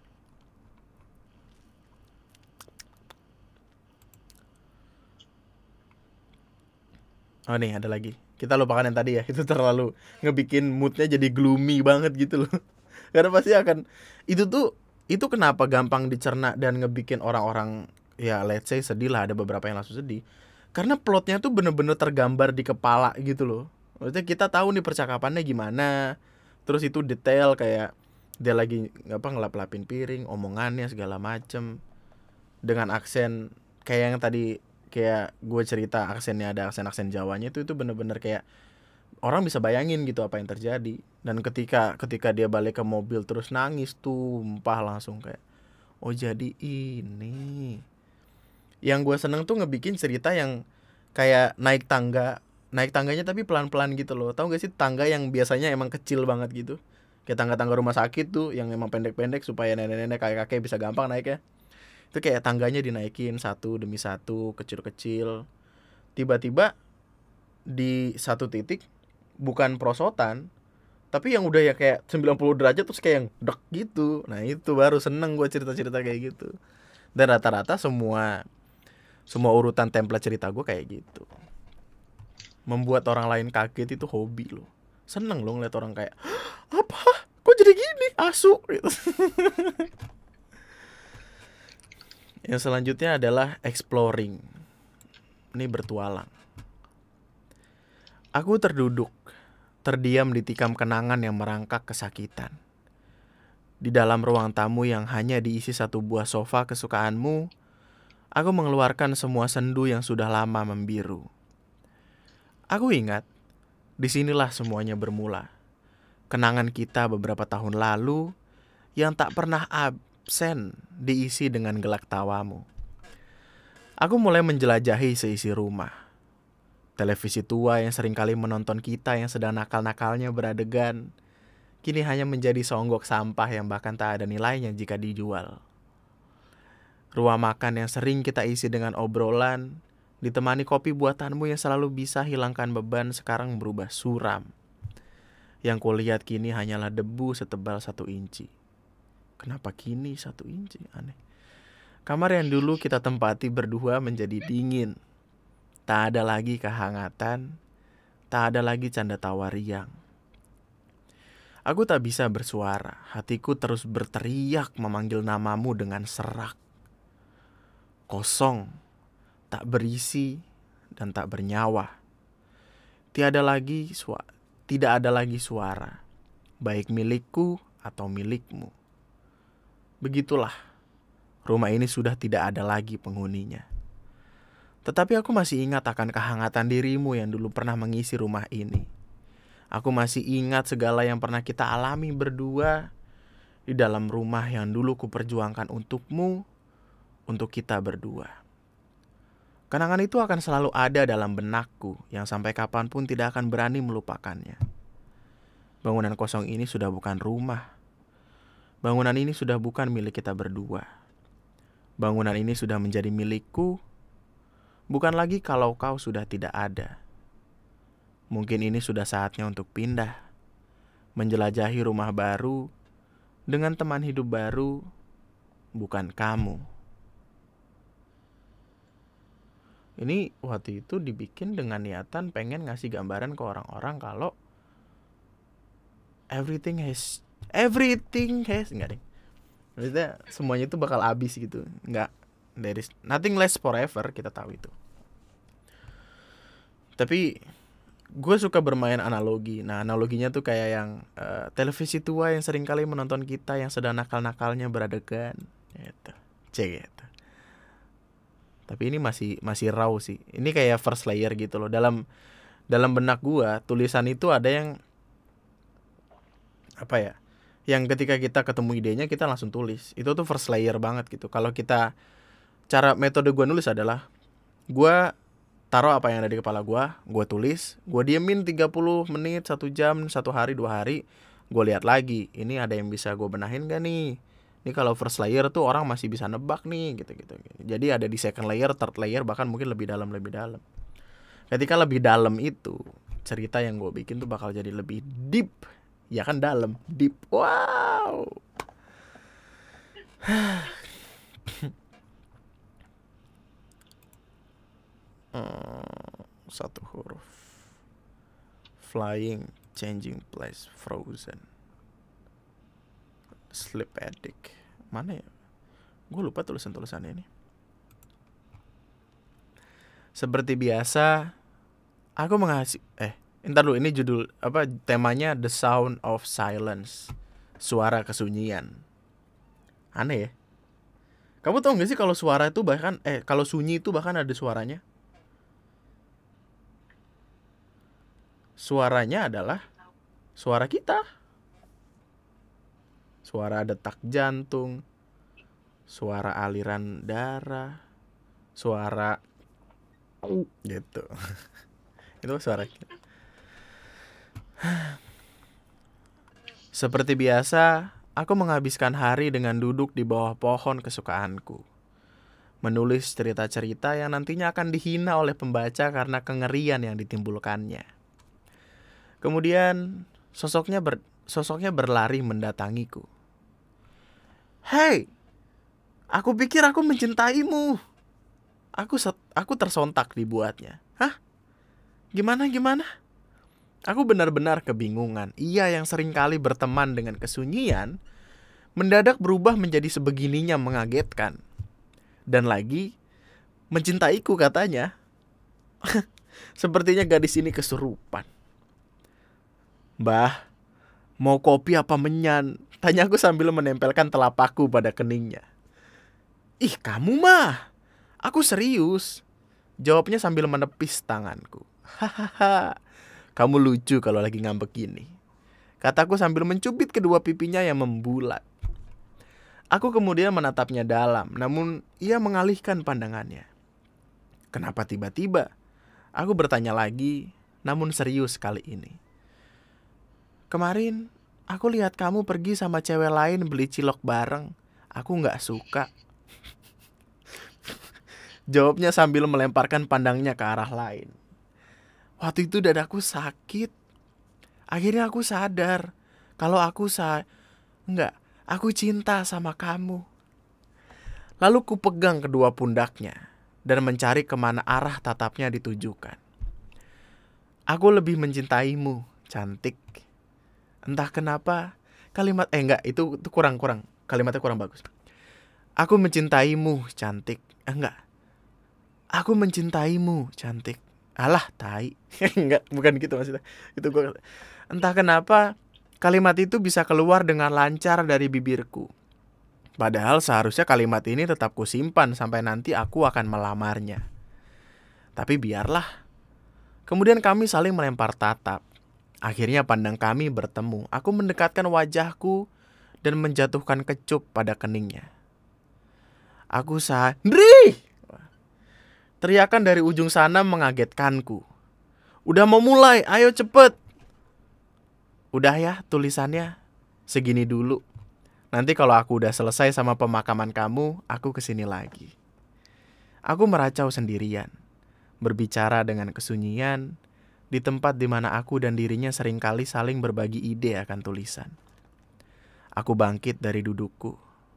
Oh nih ada lagi. Kita lupakan yang tadi ya. Itu terlalu ngebikin moodnya jadi gloomy banget gitu loh. Karena pasti akan, itu tuh, itu kenapa gampang dicerna dan ngebikin orang-orang, ya let's say sedih lah, ada beberapa yang langsung sedih. Karena plotnya tuh bener-bener tergambar di kepala gitu loh. Maksudnya kita tahu nih percakapannya gimana. Terus itu detail kayak dia lagi apa ngelap-lapin piring, omongannya segala macem, dengan aksen kayak yang tadi, kayak gue cerita aksennya ada aksen-aksen Jawanya itu itu bener-bener kayak orang bisa bayangin gitu apa yang terjadi. Dan ketika ketika dia balik ke mobil terus nangis tumpah langsung kayak, oh jadi ini. Yang gue seneng tuh ngebikin cerita yang kayak naik tangga naik tangganya tapi pelan-pelan gitu loh. Tahu gak sih tangga yang biasanya emang kecil banget gitu, kayak tangga-tangga rumah sakit tuh yang emang pendek-pendek supaya nenek-nenek kakek-kakek bisa gampang naik ya. Itu kayak tangganya dinaikin satu demi satu, kecil-kecil. Tiba-tiba di satu titik bukan perosotan, tapi yang udah ya kayak sembilan puluh derajat terus kayak yang dek gitu. Nah itu baru seneng gue cerita-cerita kayak gitu. Dan rata-rata semua semua urutan template cerita gue kayak gitu. Membuat orang lain kaget itu hobi loh. Seneng loh ngeliat orang kayak, apa? Kok jadi gini? Asu gitu. Yang selanjutnya adalah exploring. Ini bertualang. Aku terduduk, terdiam di tikam kenangan yang merangkak kesakitan. Di dalam ruang tamu yang hanya diisi satu buah sofa kesukaanmu, aku mengeluarkan semua sendu yang sudah lama membiru. Aku ingat, disinilah semuanya bermula. Kenangan kita beberapa tahun lalu yang tak pernah absen diisi dengan gelak tawamu. Aku mulai menjelajahi seisi rumah. Televisi tua yang seringkali menonton kita yang sedang nakal-nakalnya beradegan, kini hanya menjadi seonggok sampah yang bahkan tak ada nilainya jika dijual. Ruang makan yang sering kita isi dengan obrolan, ditemani kopi buatanmu yang selalu bisa hilangkan beban, sekarang berubah suram. Yang kulihat kini hanyalah debu setebal satu inci. Kenapa kini satu inci? Aneh. Kamar yang dulu kita tempati berdua menjadi dingin. Tak ada lagi kehangatan, tak ada lagi canda tawa riang. Aku tak bisa bersuara, hatiku terus berteriak memanggil namamu dengan serak. Kosong, tak berisi, dan tak bernyawa. Tiada lagi suara, tidak ada lagi suara, baik milikku atau milikmu. Begitulah, rumah ini sudah tidak ada lagi penghuninya. Tetapi aku masih ingat akan kehangatan dirimu yang dulu pernah mengisi rumah ini. Aku masih ingat segala yang pernah kita alami berdua di dalam rumah yang dulu kuperjuangkan untukmu, untuk kita berdua. Kenangan itu akan selalu ada dalam benakku yang sampai kapanpun tidak akan berani melupakannya. Bangunan kosong ini sudah bukan rumah. Bangunan ini sudah bukan milik kita berdua. Bangunan ini sudah menjadi milikku, bukan lagi kalau kau sudah tidak ada. Mungkin ini sudah saatnya untuk pindah, menjelajahi rumah baru, dengan teman hidup baru, bukan kamu. Ini waktu itu dibikin dengan niatan pengen ngasih gambaran ke orang-orang kalau everything has everything has enggak deh. Maksudnya semuanya itu bakal habis gitu. Enggak, there is nothing lasts forever, kita tahu itu. Tapi gue suka bermain analogi. Nah, analoginya tuh kayak yang uh, televisi tua yang sering kali menonton kita yang sedang nakal-nakalnya beradegan gitu. Cek gitu. Tapi ini masih masih raw sih. Ini kayak first layer gitu loh. Dalam dalam benak gua, tulisan itu ada yang apa ya? Yang ketika kita ketemu idenya kita langsung tulis. Itu tuh first layer banget gitu. Kalau kita cara metode gua nulis adalah gua taruh apa yang ada di kepala gua, gua tulis, gua diemin tiga puluh menit, satu jam, satu hari, dua hari, gua lihat lagi. Ini ada yang bisa gua benahin gak nih? Ini kalau first layer tuh orang masih bisa nebak nih gitu-gitu. Jadi ada di second layer, third layer, bahkan mungkin lebih dalam lebih dalam. Ketika lebih dalam itu, cerita yang gue bikin tuh bakal jadi lebih deep. Ya kan dalam, deep. Wow. hmm, satu huruf. Flying, changing place, frozen. Sleep addict. Mana ya? Gue lupa tulisan-tulisannya ini. Seperti biasa, aku mengasih eh entar dulu, ini judul apa temanya The Sound of Silence. Suara kesunyian. Aneh ya. Kamu tahu gak sih kalau suara itu bahkan eh kalau sunyi itu bahkan ada suaranya? Suaranya adalah suara kita. Suara detak jantung, suara aliran darah, suara gitu. Itu suara. Seperti biasa, aku menghabiskan hari dengan duduk di bawah pohon kesukaanku, menulis cerita-cerita yang nantinya akan dihina oleh pembaca karena kengerian yang ditimbulkannya. Kemudian sosoknya ber, sosoknya berlari mendatangiku. Hei, aku pikir aku mencintaimu. Aku set, aku tersontak dibuatnya. Hah? Gimana gimana? Aku benar-benar kebingungan. Ia yang seringkali berteman dengan kesunyian mendadak berubah menjadi sebegininya mengagetkan. Dan lagi mencintaiku katanya. Sepertinya gadis ini kesurupan. Mbah, mau kopi apa menyan? Tanya aku sambil menempelkan telapakku pada keningnya. Ih, kamu mah. Aku serius. Jawabnya sambil menepis tanganku. Hahaha. Kamu lucu kalau lagi ngambek gini, kataku sambil mencubit kedua pipinya yang membulat. Aku kemudian menatapnya dalam, namun ia mengalihkan pandangannya. Kenapa tiba-tiba? Aku bertanya lagi, namun serius kali ini. Kemarin, aku lihat kamu pergi sama cewek lain beli cilok bareng. Aku gak suka. Jawabnya sambil melemparkan pandangnya ke arah lain. Waktu itu dadaku sakit. Akhirnya aku sadar kalau aku sa... Enggak, aku cinta sama kamu. Lalu ku pegang kedua pundaknya dan mencari kemana arah tatapnya ditujukan. Aku lebih mencintaimu, cantik. Entah kenapa kalimat... Eh enggak, itu, itu kurang-kurang. Kalimatnya kurang bagus. Aku mencintaimu, cantik. Eh, enggak. Aku mencintaimu, cantik. Alah, tai. Enggak, bukan gitu maksudnya. Itu gua entah kenapa kalimat itu bisa keluar dengan lancar dari bibirku. Padahal seharusnya kalimat ini tetap kusimpan sampai nanti aku akan melamarnya. Tapi biarlah. Kemudian kami saling melempar tatap. Akhirnya pandang kami bertemu. Aku mendekatkan wajahku dan menjatuhkan kecup pada keningnya. Aku sah, Ndri! Teriakan dari ujung sana mengagetkanku. Udah mau mulai, ayo cepet. Udah ya tulisannya, segini dulu. Nanti kalau aku udah selesai sama pemakaman kamu, aku kesini lagi. Aku meracau sendirian, berbicara dengan kesunyian, di tempat dimana aku dan dirinya seringkali saling berbagi ide akan tulisan. Aku bangkit dari dudukku.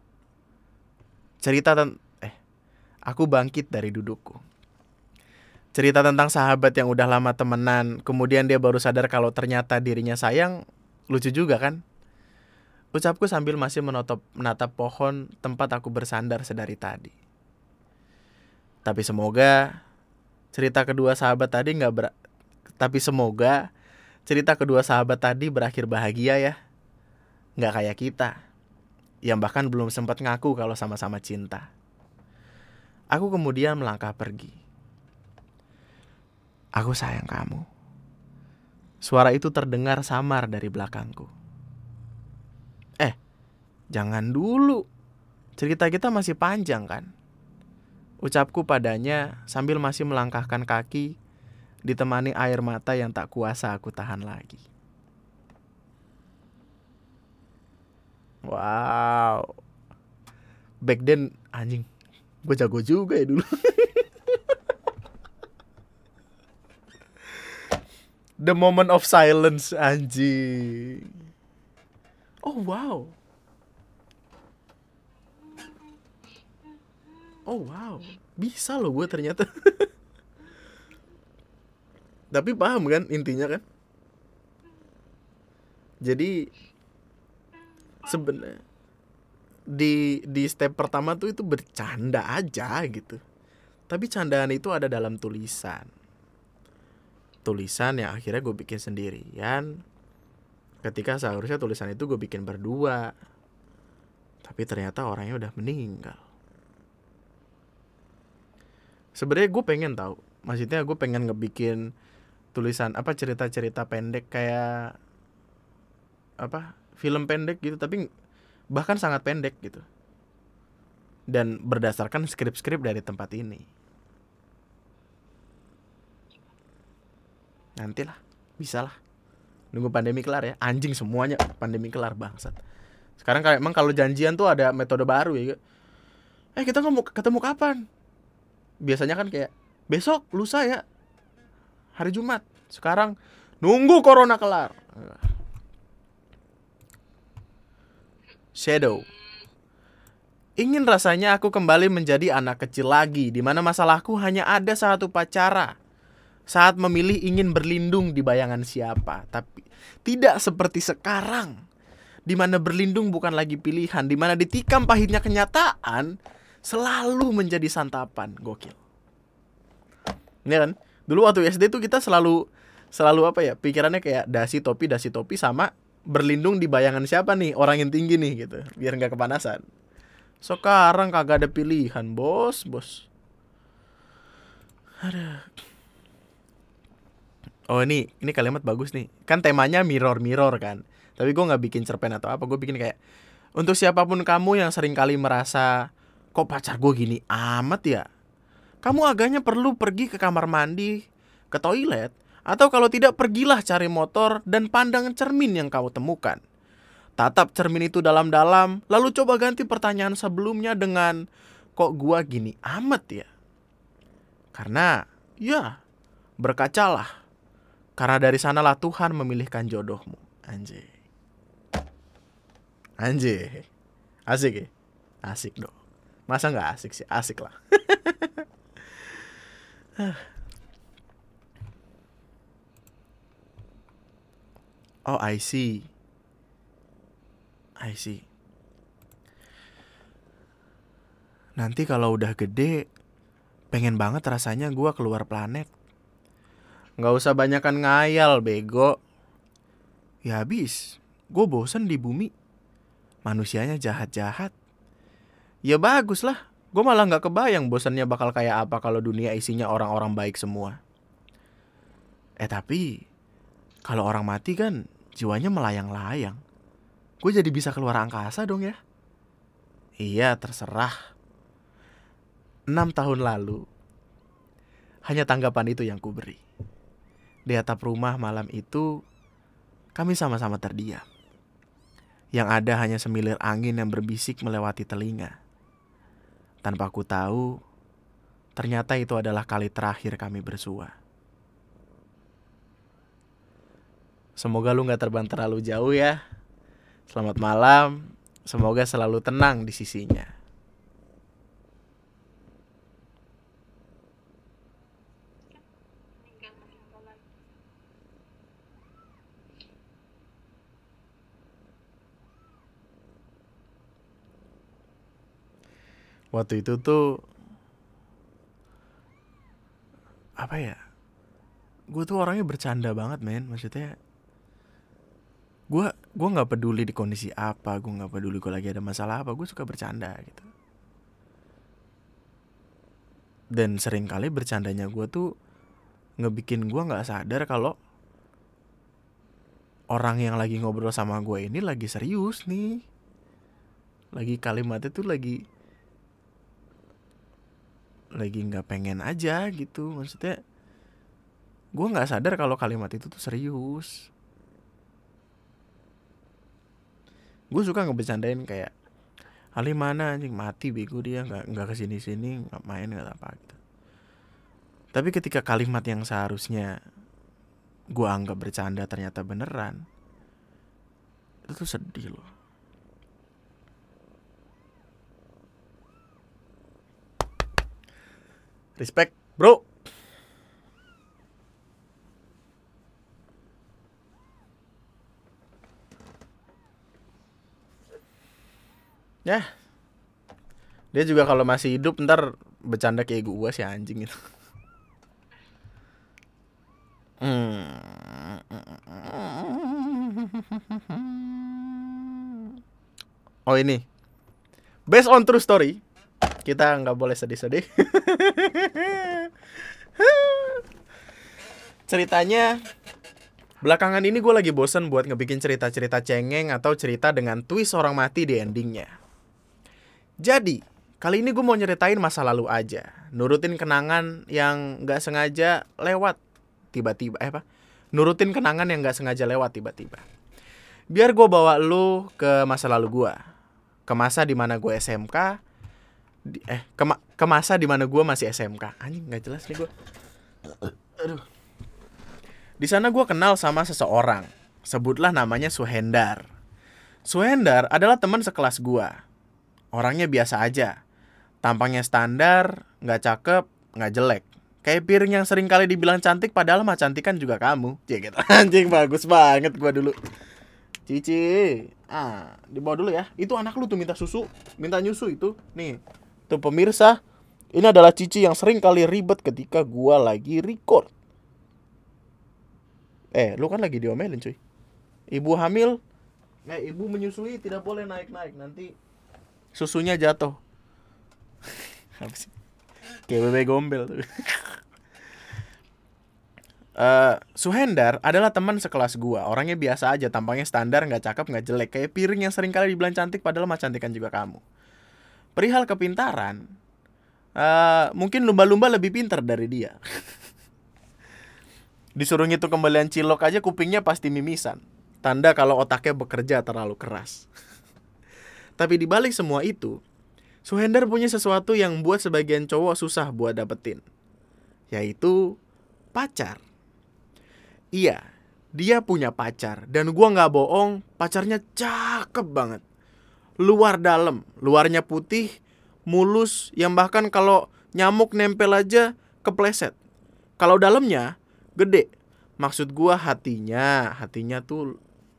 Cerita tentang... Eh, aku bangkit dari dudukku. Cerita tentang sahabat yang udah lama temenan, kemudian dia baru sadar kalau ternyata dirinya sayang, lucu juga kan? Ucapku sambil masih menotop, menatap pohon tempat aku bersandar sedari tadi. Tapi semoga cerita kedua sahabat tadi nggak ber... Tapi semoga cerita kedua sahabat tadi berakhir bahagia ya, nggak kayak kita, yang bahkan belum sempat ngaku kalau sama-sama cinta. Aku kemudian melangkah pergi. Aku sayang kamu. Suara itu terdengar samar dari belakangku. Eh, jangan dulu. Cerita kita masih panjang kan? Ucapku padanya sambil masih melangkahkan kaki, ditemani air mata yang tak kuasa aku tahan lagi. Wow. Back then, anjing, gue jago juga ya dulu. The moment of silence, anjing. Oh wow. Oh wow. Bisa loh gue ternyata. Tapi paham kan intinya kan? Jadi sebenarnya di di step pertama tuh itu bercanda aja gitu. Tapi candaan itu ada dalam tulisan. Tulisan yang akhirnya gue bikin sendirian. Ketika seharusnya tulisan itu gue bikin berdua. Tapi ternyata orangnya udah meninggal. Sebenarnya gue pengen tahu. Maksudnya gue pengen ngebikin tulisan apa cerita-cerita pendek kayak apa film pendek gitu, tapi bahkan sangat pendek gitu. Dan berdasarkan skrip-skrip dari tempat ini. Nantilah, bisa lah. Nunggu pandemi kelar ya. Anjing semuanya pandemi kelar bangsat. Sekarang kayak emang kalau janjian tuh ada metode baru ya. Eh kita mau ketemu kapan? Biasanya kan kayak besok, lusa ya. Hari Jumat. Sekarang nunggu corona kelar. Shadow. Ingin rasanya aku kembali menjadi anak kecil lagi, di mana masalahku hanya ada satu cara. Saat memilih ingin berlindung di bayangan siapa, tapi tidak seperti sekarang, di mana berlindung bukan lagi pilihan, di mana ditikam pahitnya kenyataan selalu menjadi santapan. Gokil. Ini kan, dulu waktu S D tuh kita selalu selalu apa ya? Pikirannya kayak dasi topi, dasi topi sama berlindung di bayangan siapa nih, orang yang tinggi nih gitu, biar nggak kepanasan. Sekarang kagak ada pilihan, bos, bos. Aduh. Oh ini, ini kalimat bagus nih. Kan temanya mirror-mirror kan. Tapi gue gak bikin cerpen atau apa. Gue bikin kayak, untuk siapapun kamu yang seringkali merasa, kok pacar gue gini amat ya? Kamu agaknya perlu pergi ke kamar mandi, ke toilet, atau kalau tidak pergilah cari motor dan pandang cermin yang kau temukan. Tatap cermin itu dalam-dalam, lalu coba ganti pertanyaan sebelumnya dengan, kok gue gini amat ya? Karena, ya, berkacalah. Karena dari sanalah Tuhan memilihkan jodohmu. Anjay. Anjay. Asik ya? Asik dong. Masa gak asik sih? Asik lah. Oh, I see. I see. Nanti kalau udah gede, pengen banget rasanya gue keluar planet. Gak usah banyakan ngayal, bego. Ya habis, gue bosen di bumi. Manusianya jahat-jahat. Ya bagus lah. Gue malah gak kebayang bosannya bakal kayak apa kalau dunia isinya orang-orang baik semua. Eh tapi, kalau orang mati kan jiwanya melayang-layang. Gue jadi bisa keluar angkasa dong ya. Iya, terserah. Enam tahun lalu, hanya tanggapan itu yang ku beri. Di atap rumah malam itu, kami sama-sama terdiam. Yang ada hanya semilir angin yang berbisik melewati telinga. Tanpa ku tahu, ternyata itu adalah kali terakhir kami bersua. Semoga lu gak terbang terlalu jauh ya. Selamat malam, semoga selalu tenang di sisinya. Waktu itu tuh apa ya? Gue tuh orangnya bercanda banget, men. Maksudnya gue gue nggak peduli di kondisi apa, gue nggak peduli gue lagi ada masalah apa, gue suka bercanda gitu. Dan sering kali bercandanya gue tuh ngebikin gue nggak sadar kalau orang yang lagi ngobrol sama gue ini lagi serius nih. Lagi kalimatnya tuh lagi lagi nggak pengen aja gitu. Maksudnya gue nggak sadar kalau kalimat itu tuh serius. Gue suka ngebercandain kayak, Ali mana anjing, mati bego dia, nggak nggak kesini sini, nggak main nggak apa gitu. Tapi ketika kalimat yang seharusnya gue anggap bercanda ternyata beneran, itu tuh sedih loh. Respect, bro. Ya. Dia juga kalau masih hidup ntar bercanda kayak gue sih anjing itu. Hmm. Oh ini, based on true story. Kita nggak boleh sedih-sedih. Ceritanya, belakangan ini gue lagi bosen buat ngebikin cerita-cerita cengeng atau cerita dengan twist orang mati di endingnya. Jadi, kali ini gue mau nyeritain masa lalu aja, nurutin kenangan yang nggak sengaja lewat tiba-tiba, eh apa? nurutin kenangan yang gak sengaja lewat tiba-tiba. Biar gue bawa lu ke masa lalu gue, ke masa dimana gue S M K, di, eh ke, ma- ke masa dimana gue masih S M K. Anjing nggak jelas nih gue. Aduh. Di sana gue kenal sama seseorang, sebutlah namanya Suhendar. Suhendar adalah teman sekelas gue. Orangnya biasa aja, tampangnya standar, nggak cakep, nggak jelek. Kayak piring yang sering kali dibilang cantik, padahal mah cantik kan juga kamu. Cek gitu. Anjing bagus banget gue dulu. Cici, ah, dibawa dulu ya. Itu anak lu tuh minta susu, minta nyusu itu. Nih, tuh pemirsa, ini adalah Cici yang sering kali ribet ketika gua lagi record. Eh, lu kan lagi diomelin cuy. Ibu hamil, eh, ibu menyusui tidak boleh naik-naik, nanti susunya jatuh. Apa sih? Kayak bebek gombel tuh. Uh, Suhendar adalah teman sekelas gua. Orangnya biasa aja, tampangnya standar, nggak cakep, nggak jelek. Kayak piring yang sering kali dibilang cantik, padahal mah cantikan juga kamu. Perihal kepintaran, uh, mungkin lumba-lumba lebih pintar dari dia. Disuruh ngitung kembalian cilok aja kupingnya pasti mimisan. Tanda kalau otaknya bekerja terlalu keras. Tapi dibalik semua itu, Suhendar punya sesuatu yang buat sebagian cowok susah buat dapetin, yaitu pacar. Iya, dia punya pacar. Dan gua gak bohong, pacarnya cakep banget. Luar dalam, luarnya putih, mulus, yang bahkan kalau nyamuk nempel aja kepleset. Kalau dalamnya gede. Maksud gua hatinya, hatinya tuh.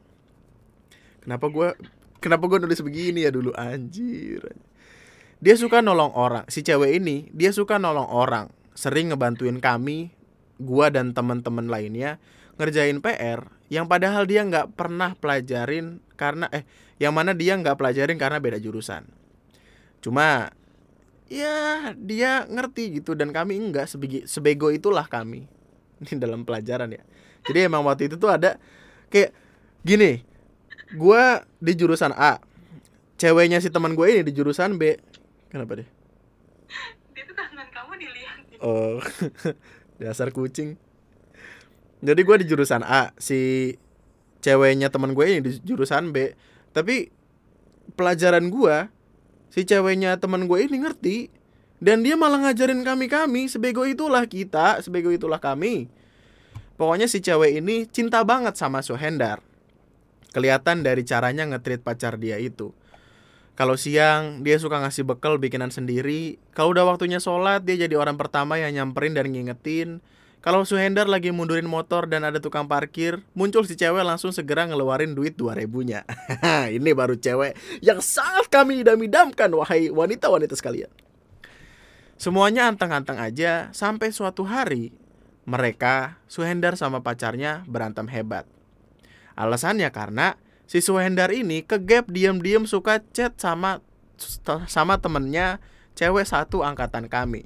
Kenapa gua Kenapa gua nulis begini ya dulu, anjir. Dia suka nolong orang. Si cewek ini, dia suka nolong orang. Sering ngebantuin kami, gua dan teman-teman lainnya ngerjain P R yang padahal dia nggak pernah pelajarin karena eh yang mana dia nggak pelajarin karena beda jurusan. Cuma ya dia ngerti gitu dan kami enggak, sebego, sebego itulah kami ini dalam pelajaran ya. Jadi emang waktu itu tuh ada kayak gini, gue di jurusan A, ceweknya si teman gue ini di jurusan B. Kenapa deh? Dia tuh kangen kamu dilihatin. Oh, dasar kucing. Jadi gue di jurusan A, si ceweknya teman gue ini di jurusan B. Tapi pelajaran gue, si ceweknya teman gue ini ngerti. Dan dia malah ngajarin kami-kami. Sebego itulah kita, sebego itulah kami. Pokoknya si cewek ini cinta banget sama Suhendar. Kelihatan dari caranya nge-treat pacar dia itu. Kalau siang dia suka ngasih bekal bikinan sendiri. Kalau udah waktunya sholat, dia jadi orang pertama yang nyamperin dan ngingetin. Kalau Suhendar lagi mundurin motor dan ada tukang parkir, muncul si cewek langsung segera ngeluarin duit dua ribunya. Ini baru cewek yang sangat kami idam-idamkan, wahai wanita-wanita sekalian. Semuanya anteng-anteng aja, sampai suatu hari mereka, Suhendar sama pacarnya, berantem hebat. Alasannya karena si Suhendar ini kegap diam-diam suka chat sama sama temennya cewek satu angkatan kami.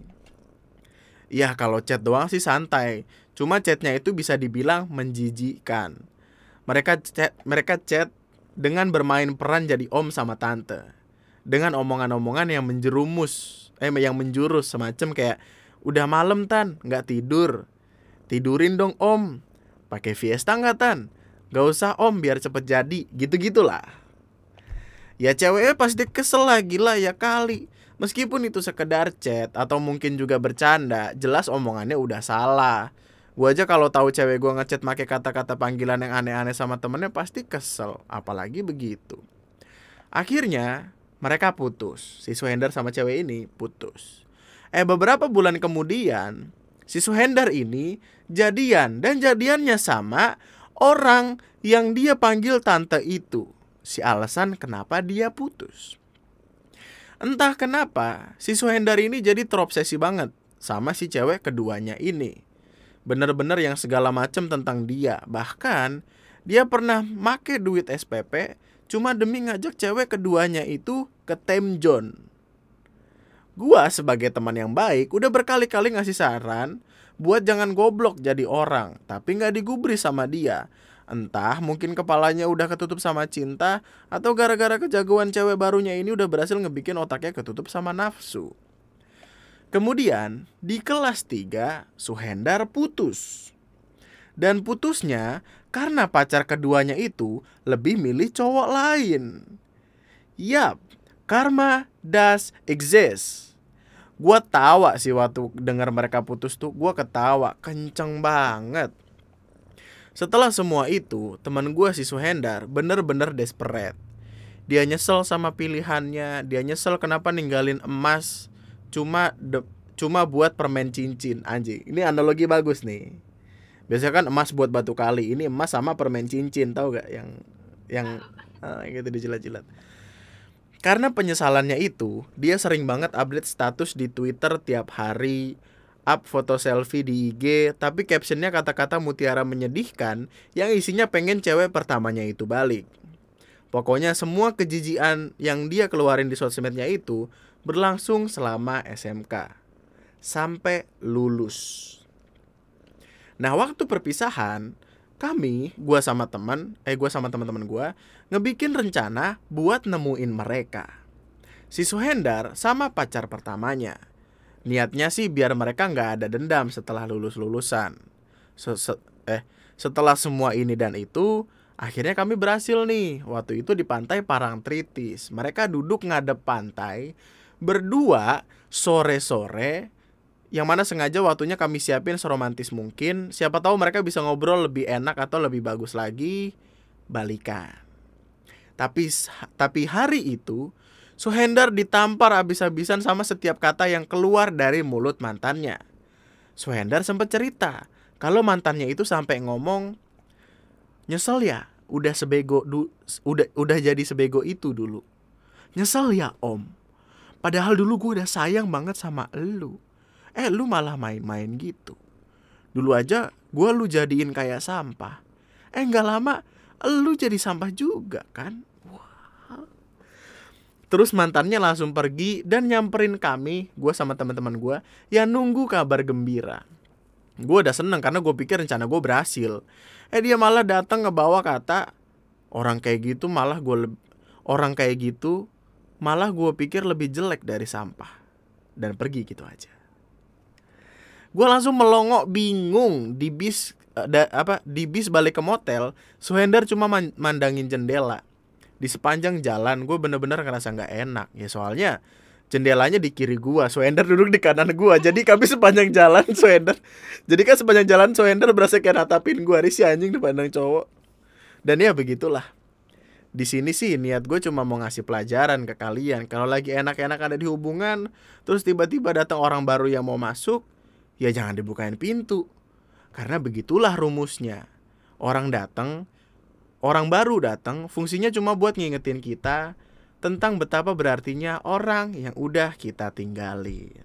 Ya kalau chat doang sih santai, cuma chatnya itu bisa dibilang menjijikkan. Mereka chat, mereka chat dengan bermain peran jadi om sama tante, dengan omongan-omongan yang menjerumus, eh yang menjurus semacam kayak udah malam tan, nggak tidur, tidurin dong om, pakai Fiesta nggak tan, nggak usah om biar cepet jadi, gitu-gitulah. Ya ceweknya pasti kesel lah, gila ya kali. Meskipun itu sekedar chat atau mungkin juga bercanda, jelas omongannya udah salah. Gue aja kalau tahu cewek gue ngechat pakai kata-kata panggilan yang aneh-aneh sama temennya pasti kesel, apalagi begitu. Akhirnya mereka putus. Si Suhendar sama cewek ini putus. Eh beberapa bulan kemudian si Suhendar ini jadian, dan jadiannya sama orang yang dia panggil tante itu. Si alasan kenapa dia putus. Entah kenapa, si Suhendar ini jadi terobsesi banget sama si cewek keduanya ini. Bener-bener yang segala macem tentang dia. Bahkan, dia pernah make duit S P P cuma demi ngajak cewek keduanya itu ke Time Zone. Gua sebagai teman yang baik udah berkali-kali ngasih saran buat jangan goblok jadi orang, tapi gak digubris sama dia. Entah mungkin kepalanya udah ketutup sama cinta, atau gara-gara kejagoan cewek barunya ini udah berhasil ngebikin otaknya ketutup sama nafsu. Kemudian di kelas tiga Suhendar putus. Dan putusnya karena pacar keduanya itu lebih milih cowok lain. Yap, karma does exist. Gua tawa sih waktu dengar mereka putus tuh, gua ketawa kenceng banget. Setelah semua itu, teman gua si Suhendar bener-bener desperate. Dia nyesel sama pilihannya, dia nyesel kenapa ninggalin emas cuma de, cuma buat permen cincin. Anjing, ini analogi bagus nih. Biasanya kan emas buat batu kali, ini emas sama permen cincin, tahu gak yang yang uh, gitu dijilat-jilat. Karena penyesalannya itu, dia sering banget update status di Twitter tiap hari, up foto selfie di I G, tapi captionnya kata-kata mutiara menyedihkan yang isinya pengen cewek pertamanya itu balik. Pokoknya semua kejijian yang dia keluarin di sosmednya itu berlangsung selama S M K sampai lulus. Nah, waktu perpisahan, kami, gua sama teman, eh gua sama teman-teman gua ngebikin rencana buat nemuin mereka. Si Suhendar sama pacar pertamanya. Niatnya sih biar mereka nggak ada dendam setelah lulus-lulusan. Se-se- eh, setelah semua ini dan itu, akhirnya kami berhasil nih. Waktu itu di pantai Parangtritis. Mereka duduk ngadep pantai berdua sore-sore, yang mana sengaja waktunya kami siapin seromantis mungkin. Siapa tahu mereka bisa ngobrol lebih enak atau lebih bagus lagi balikan. Tapi tapi hari itu Suhendar ditampar abis-abisan sama setiap kata yang keluar dari mulut mantannya. Suhendar sempat cerita kalau mantannya itu sampai ngomong, "Nyesel ya, udah sebego du, udah udah jadi sebego itu dulu. Nyesel ya, Om. Padahal dulu gue udah sayang banget sama elu. Eh, lu malah main-main gitu. Dulu aja gue lu jadiin kayak sampah. Eh, nggak lama elu jadi sampah juga kan?" Wah. Terus mantannya langsung pergi dan nyamperin kami, gue sama teman-teman gue, yang nunggu kabar gembira. Gue udah seneng karena gue pikir rencana gue berhasil. Eh, dia malah datang ngebawa kata, orang kayak gitu malah gue le- orang kayak gitu malah gue pikir lebih jelek dari sampah. Dan pergi gitu aja. Gue langsung melongo bingung di bis uh, da, apa di bis balik ke motel. Suhendar cuma man, mandangin jendela. Di sepanjang jalan gue bener-bener ngerasa nggak enak. Ya soalnya jendelanya di kiri gue, Suhendar duduk di kanan gue. Jadi kami sepanjang jalan Suhendar. Jadi kan sepanjang jalan Suhendar berasa kayak natapin gue, risih anjing dipandang cowok. Dan ya begitulah. Di sini sih niat gue cuma mau ngasih pelajaran ke kalian. Kalau lagi enak-enak ada di hubungan, terus tiba-tiba datang orang baru yang mau masuk, ya jangan dibukain pintu. Karena begitulah rumusnya. Orang datang, orang baru datang, fungsinya cuma buat ngingetin kita tentang betapa berartinya orang yang udah kita tinggalin.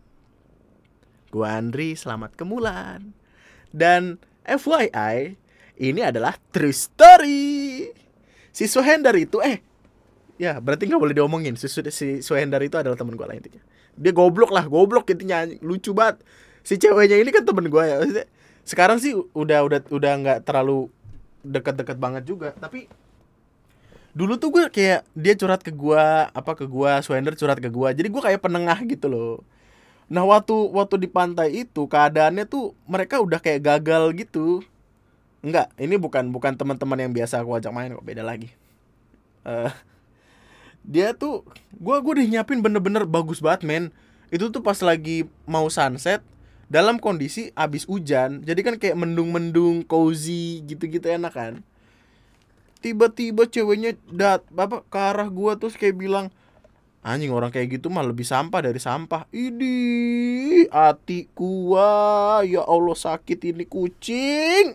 Gua Andri, selamat kemulan. Dan F Y I, ini adalah true story. Si Suhendar itu, eh, ya berarti nggak boleh diomongin. Si, si Suhendar itu adalah teman gue lah intinya. Dia goblok lah, goblok intinya, lucu banget. Si ceweknya ini kan temen gue ya. Sekarang sih udah udah udah nggak terlalu deket-deket banget juga. Tapi dulu tuh gue kayak dia curhat ke gue, apa ke gue, Suhendar curhat ke gue. Jadi gue kayak penengah gitu loh. Nah waktu waktu di pantai itu keadaannya tuh mereka udah kayak gagal gitu. Enggak, ini bukan bukan teman-teman yang biasa aku ajak main kok, beda lagi. Uh, dia tuh, gue gue udah nyiapin bener-bener bagus banget men. Itu tuh pas lagi mau sunset, dalam kondisi abis hujan, jadi kan kayak mendung-mendung, cozy gitu-gitu enak kan. Tiba-tiba ceweknya dat apa ke arah gue terus kayak bilang, anjing orang kayak gitu mah lebih sampah dari sampah. Idih, hati gua, ya Allah sakit ini kucing.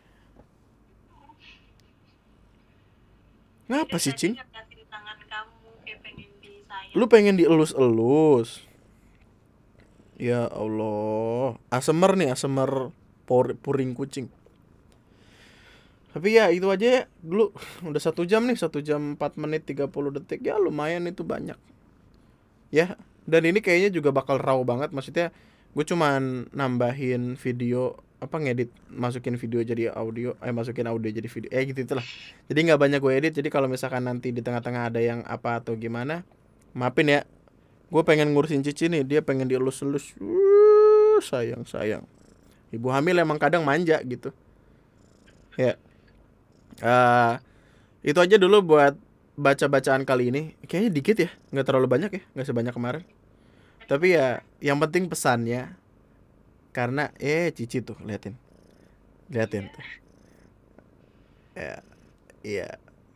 Ngapa sih, Cing? Lu pengen dielus-elus. Ya Allah, asemer nih, asemer por, puring kucing. Tapi ya itu aja ya. Dulu udah satu jam nih, satu jam empat menit tiga puluh detik. Ya lumayan itu banyak. Ya, dan ini kayaknya juga bakal raw banget. Maksudnya gue cuman nambahin video, apa ngedit, masukin video jadi audio, eh masukin audio jadi video, eh gitu itulah. Jadi nggak banyak gue edit. Jadi kalau misalkan nanti di tengah-tengah ada yang apa atau gimana, maafin ya. Gue pengen ngurusin Cici nih, dia pengen dielus-elus. Uh, sayang sayang. Ibu hamil emang kadang manja gitu. Ya. Eh, itu aja dulu buat baca-bacaan kali ini. Kayaknya dikit ya, nggak terlalu banyak ya, nggak sebanyak kemarin. Tapi ya, yang penting pesannya. Karena, eh Cici tuh, liatin. Liatin tuh. Ya, iya.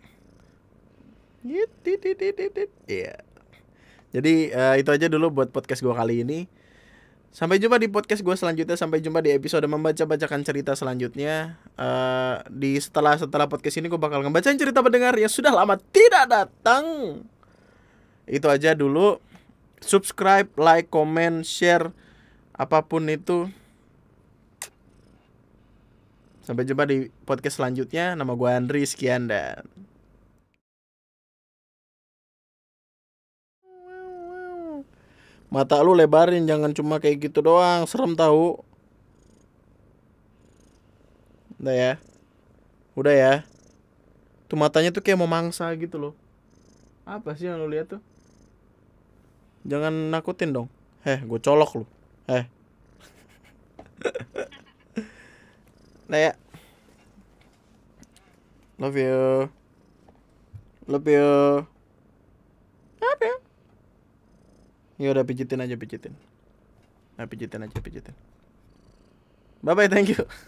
Iya. Jadi eh, itu aja dulu buat podcast gue kali ini. Sampai jumpa di podcast gue selanjutnya. Sampai jumpa di episode membaca-bacakan cerita selanjutnya. Eh, di setelah setelah podcast ini gue bakal ngebacain cerita pendengar yang sudah lama tidak datang. Itu aja dulu. Subscribe, like, comment, share, apapun itu. Sampai jumpa di podcast selanjutnya. Nama gue Andri, sekian dan mata lu lebarin, jangan cuma kayak gitu doang, serem tahu. Udah ya. Udah ya. Tuh matanya tuh kayak mau mangsa gitu loh. Apa sih yang lu lihat tuh? Jangan nakutin dong. Heh, gue colok lu. Heh. Nah ya. Love you. Love you. Apa ya? Ya udah pijitin aja, pijitin. Nah, pijitin aja, pijitin. Bye bye, thank you.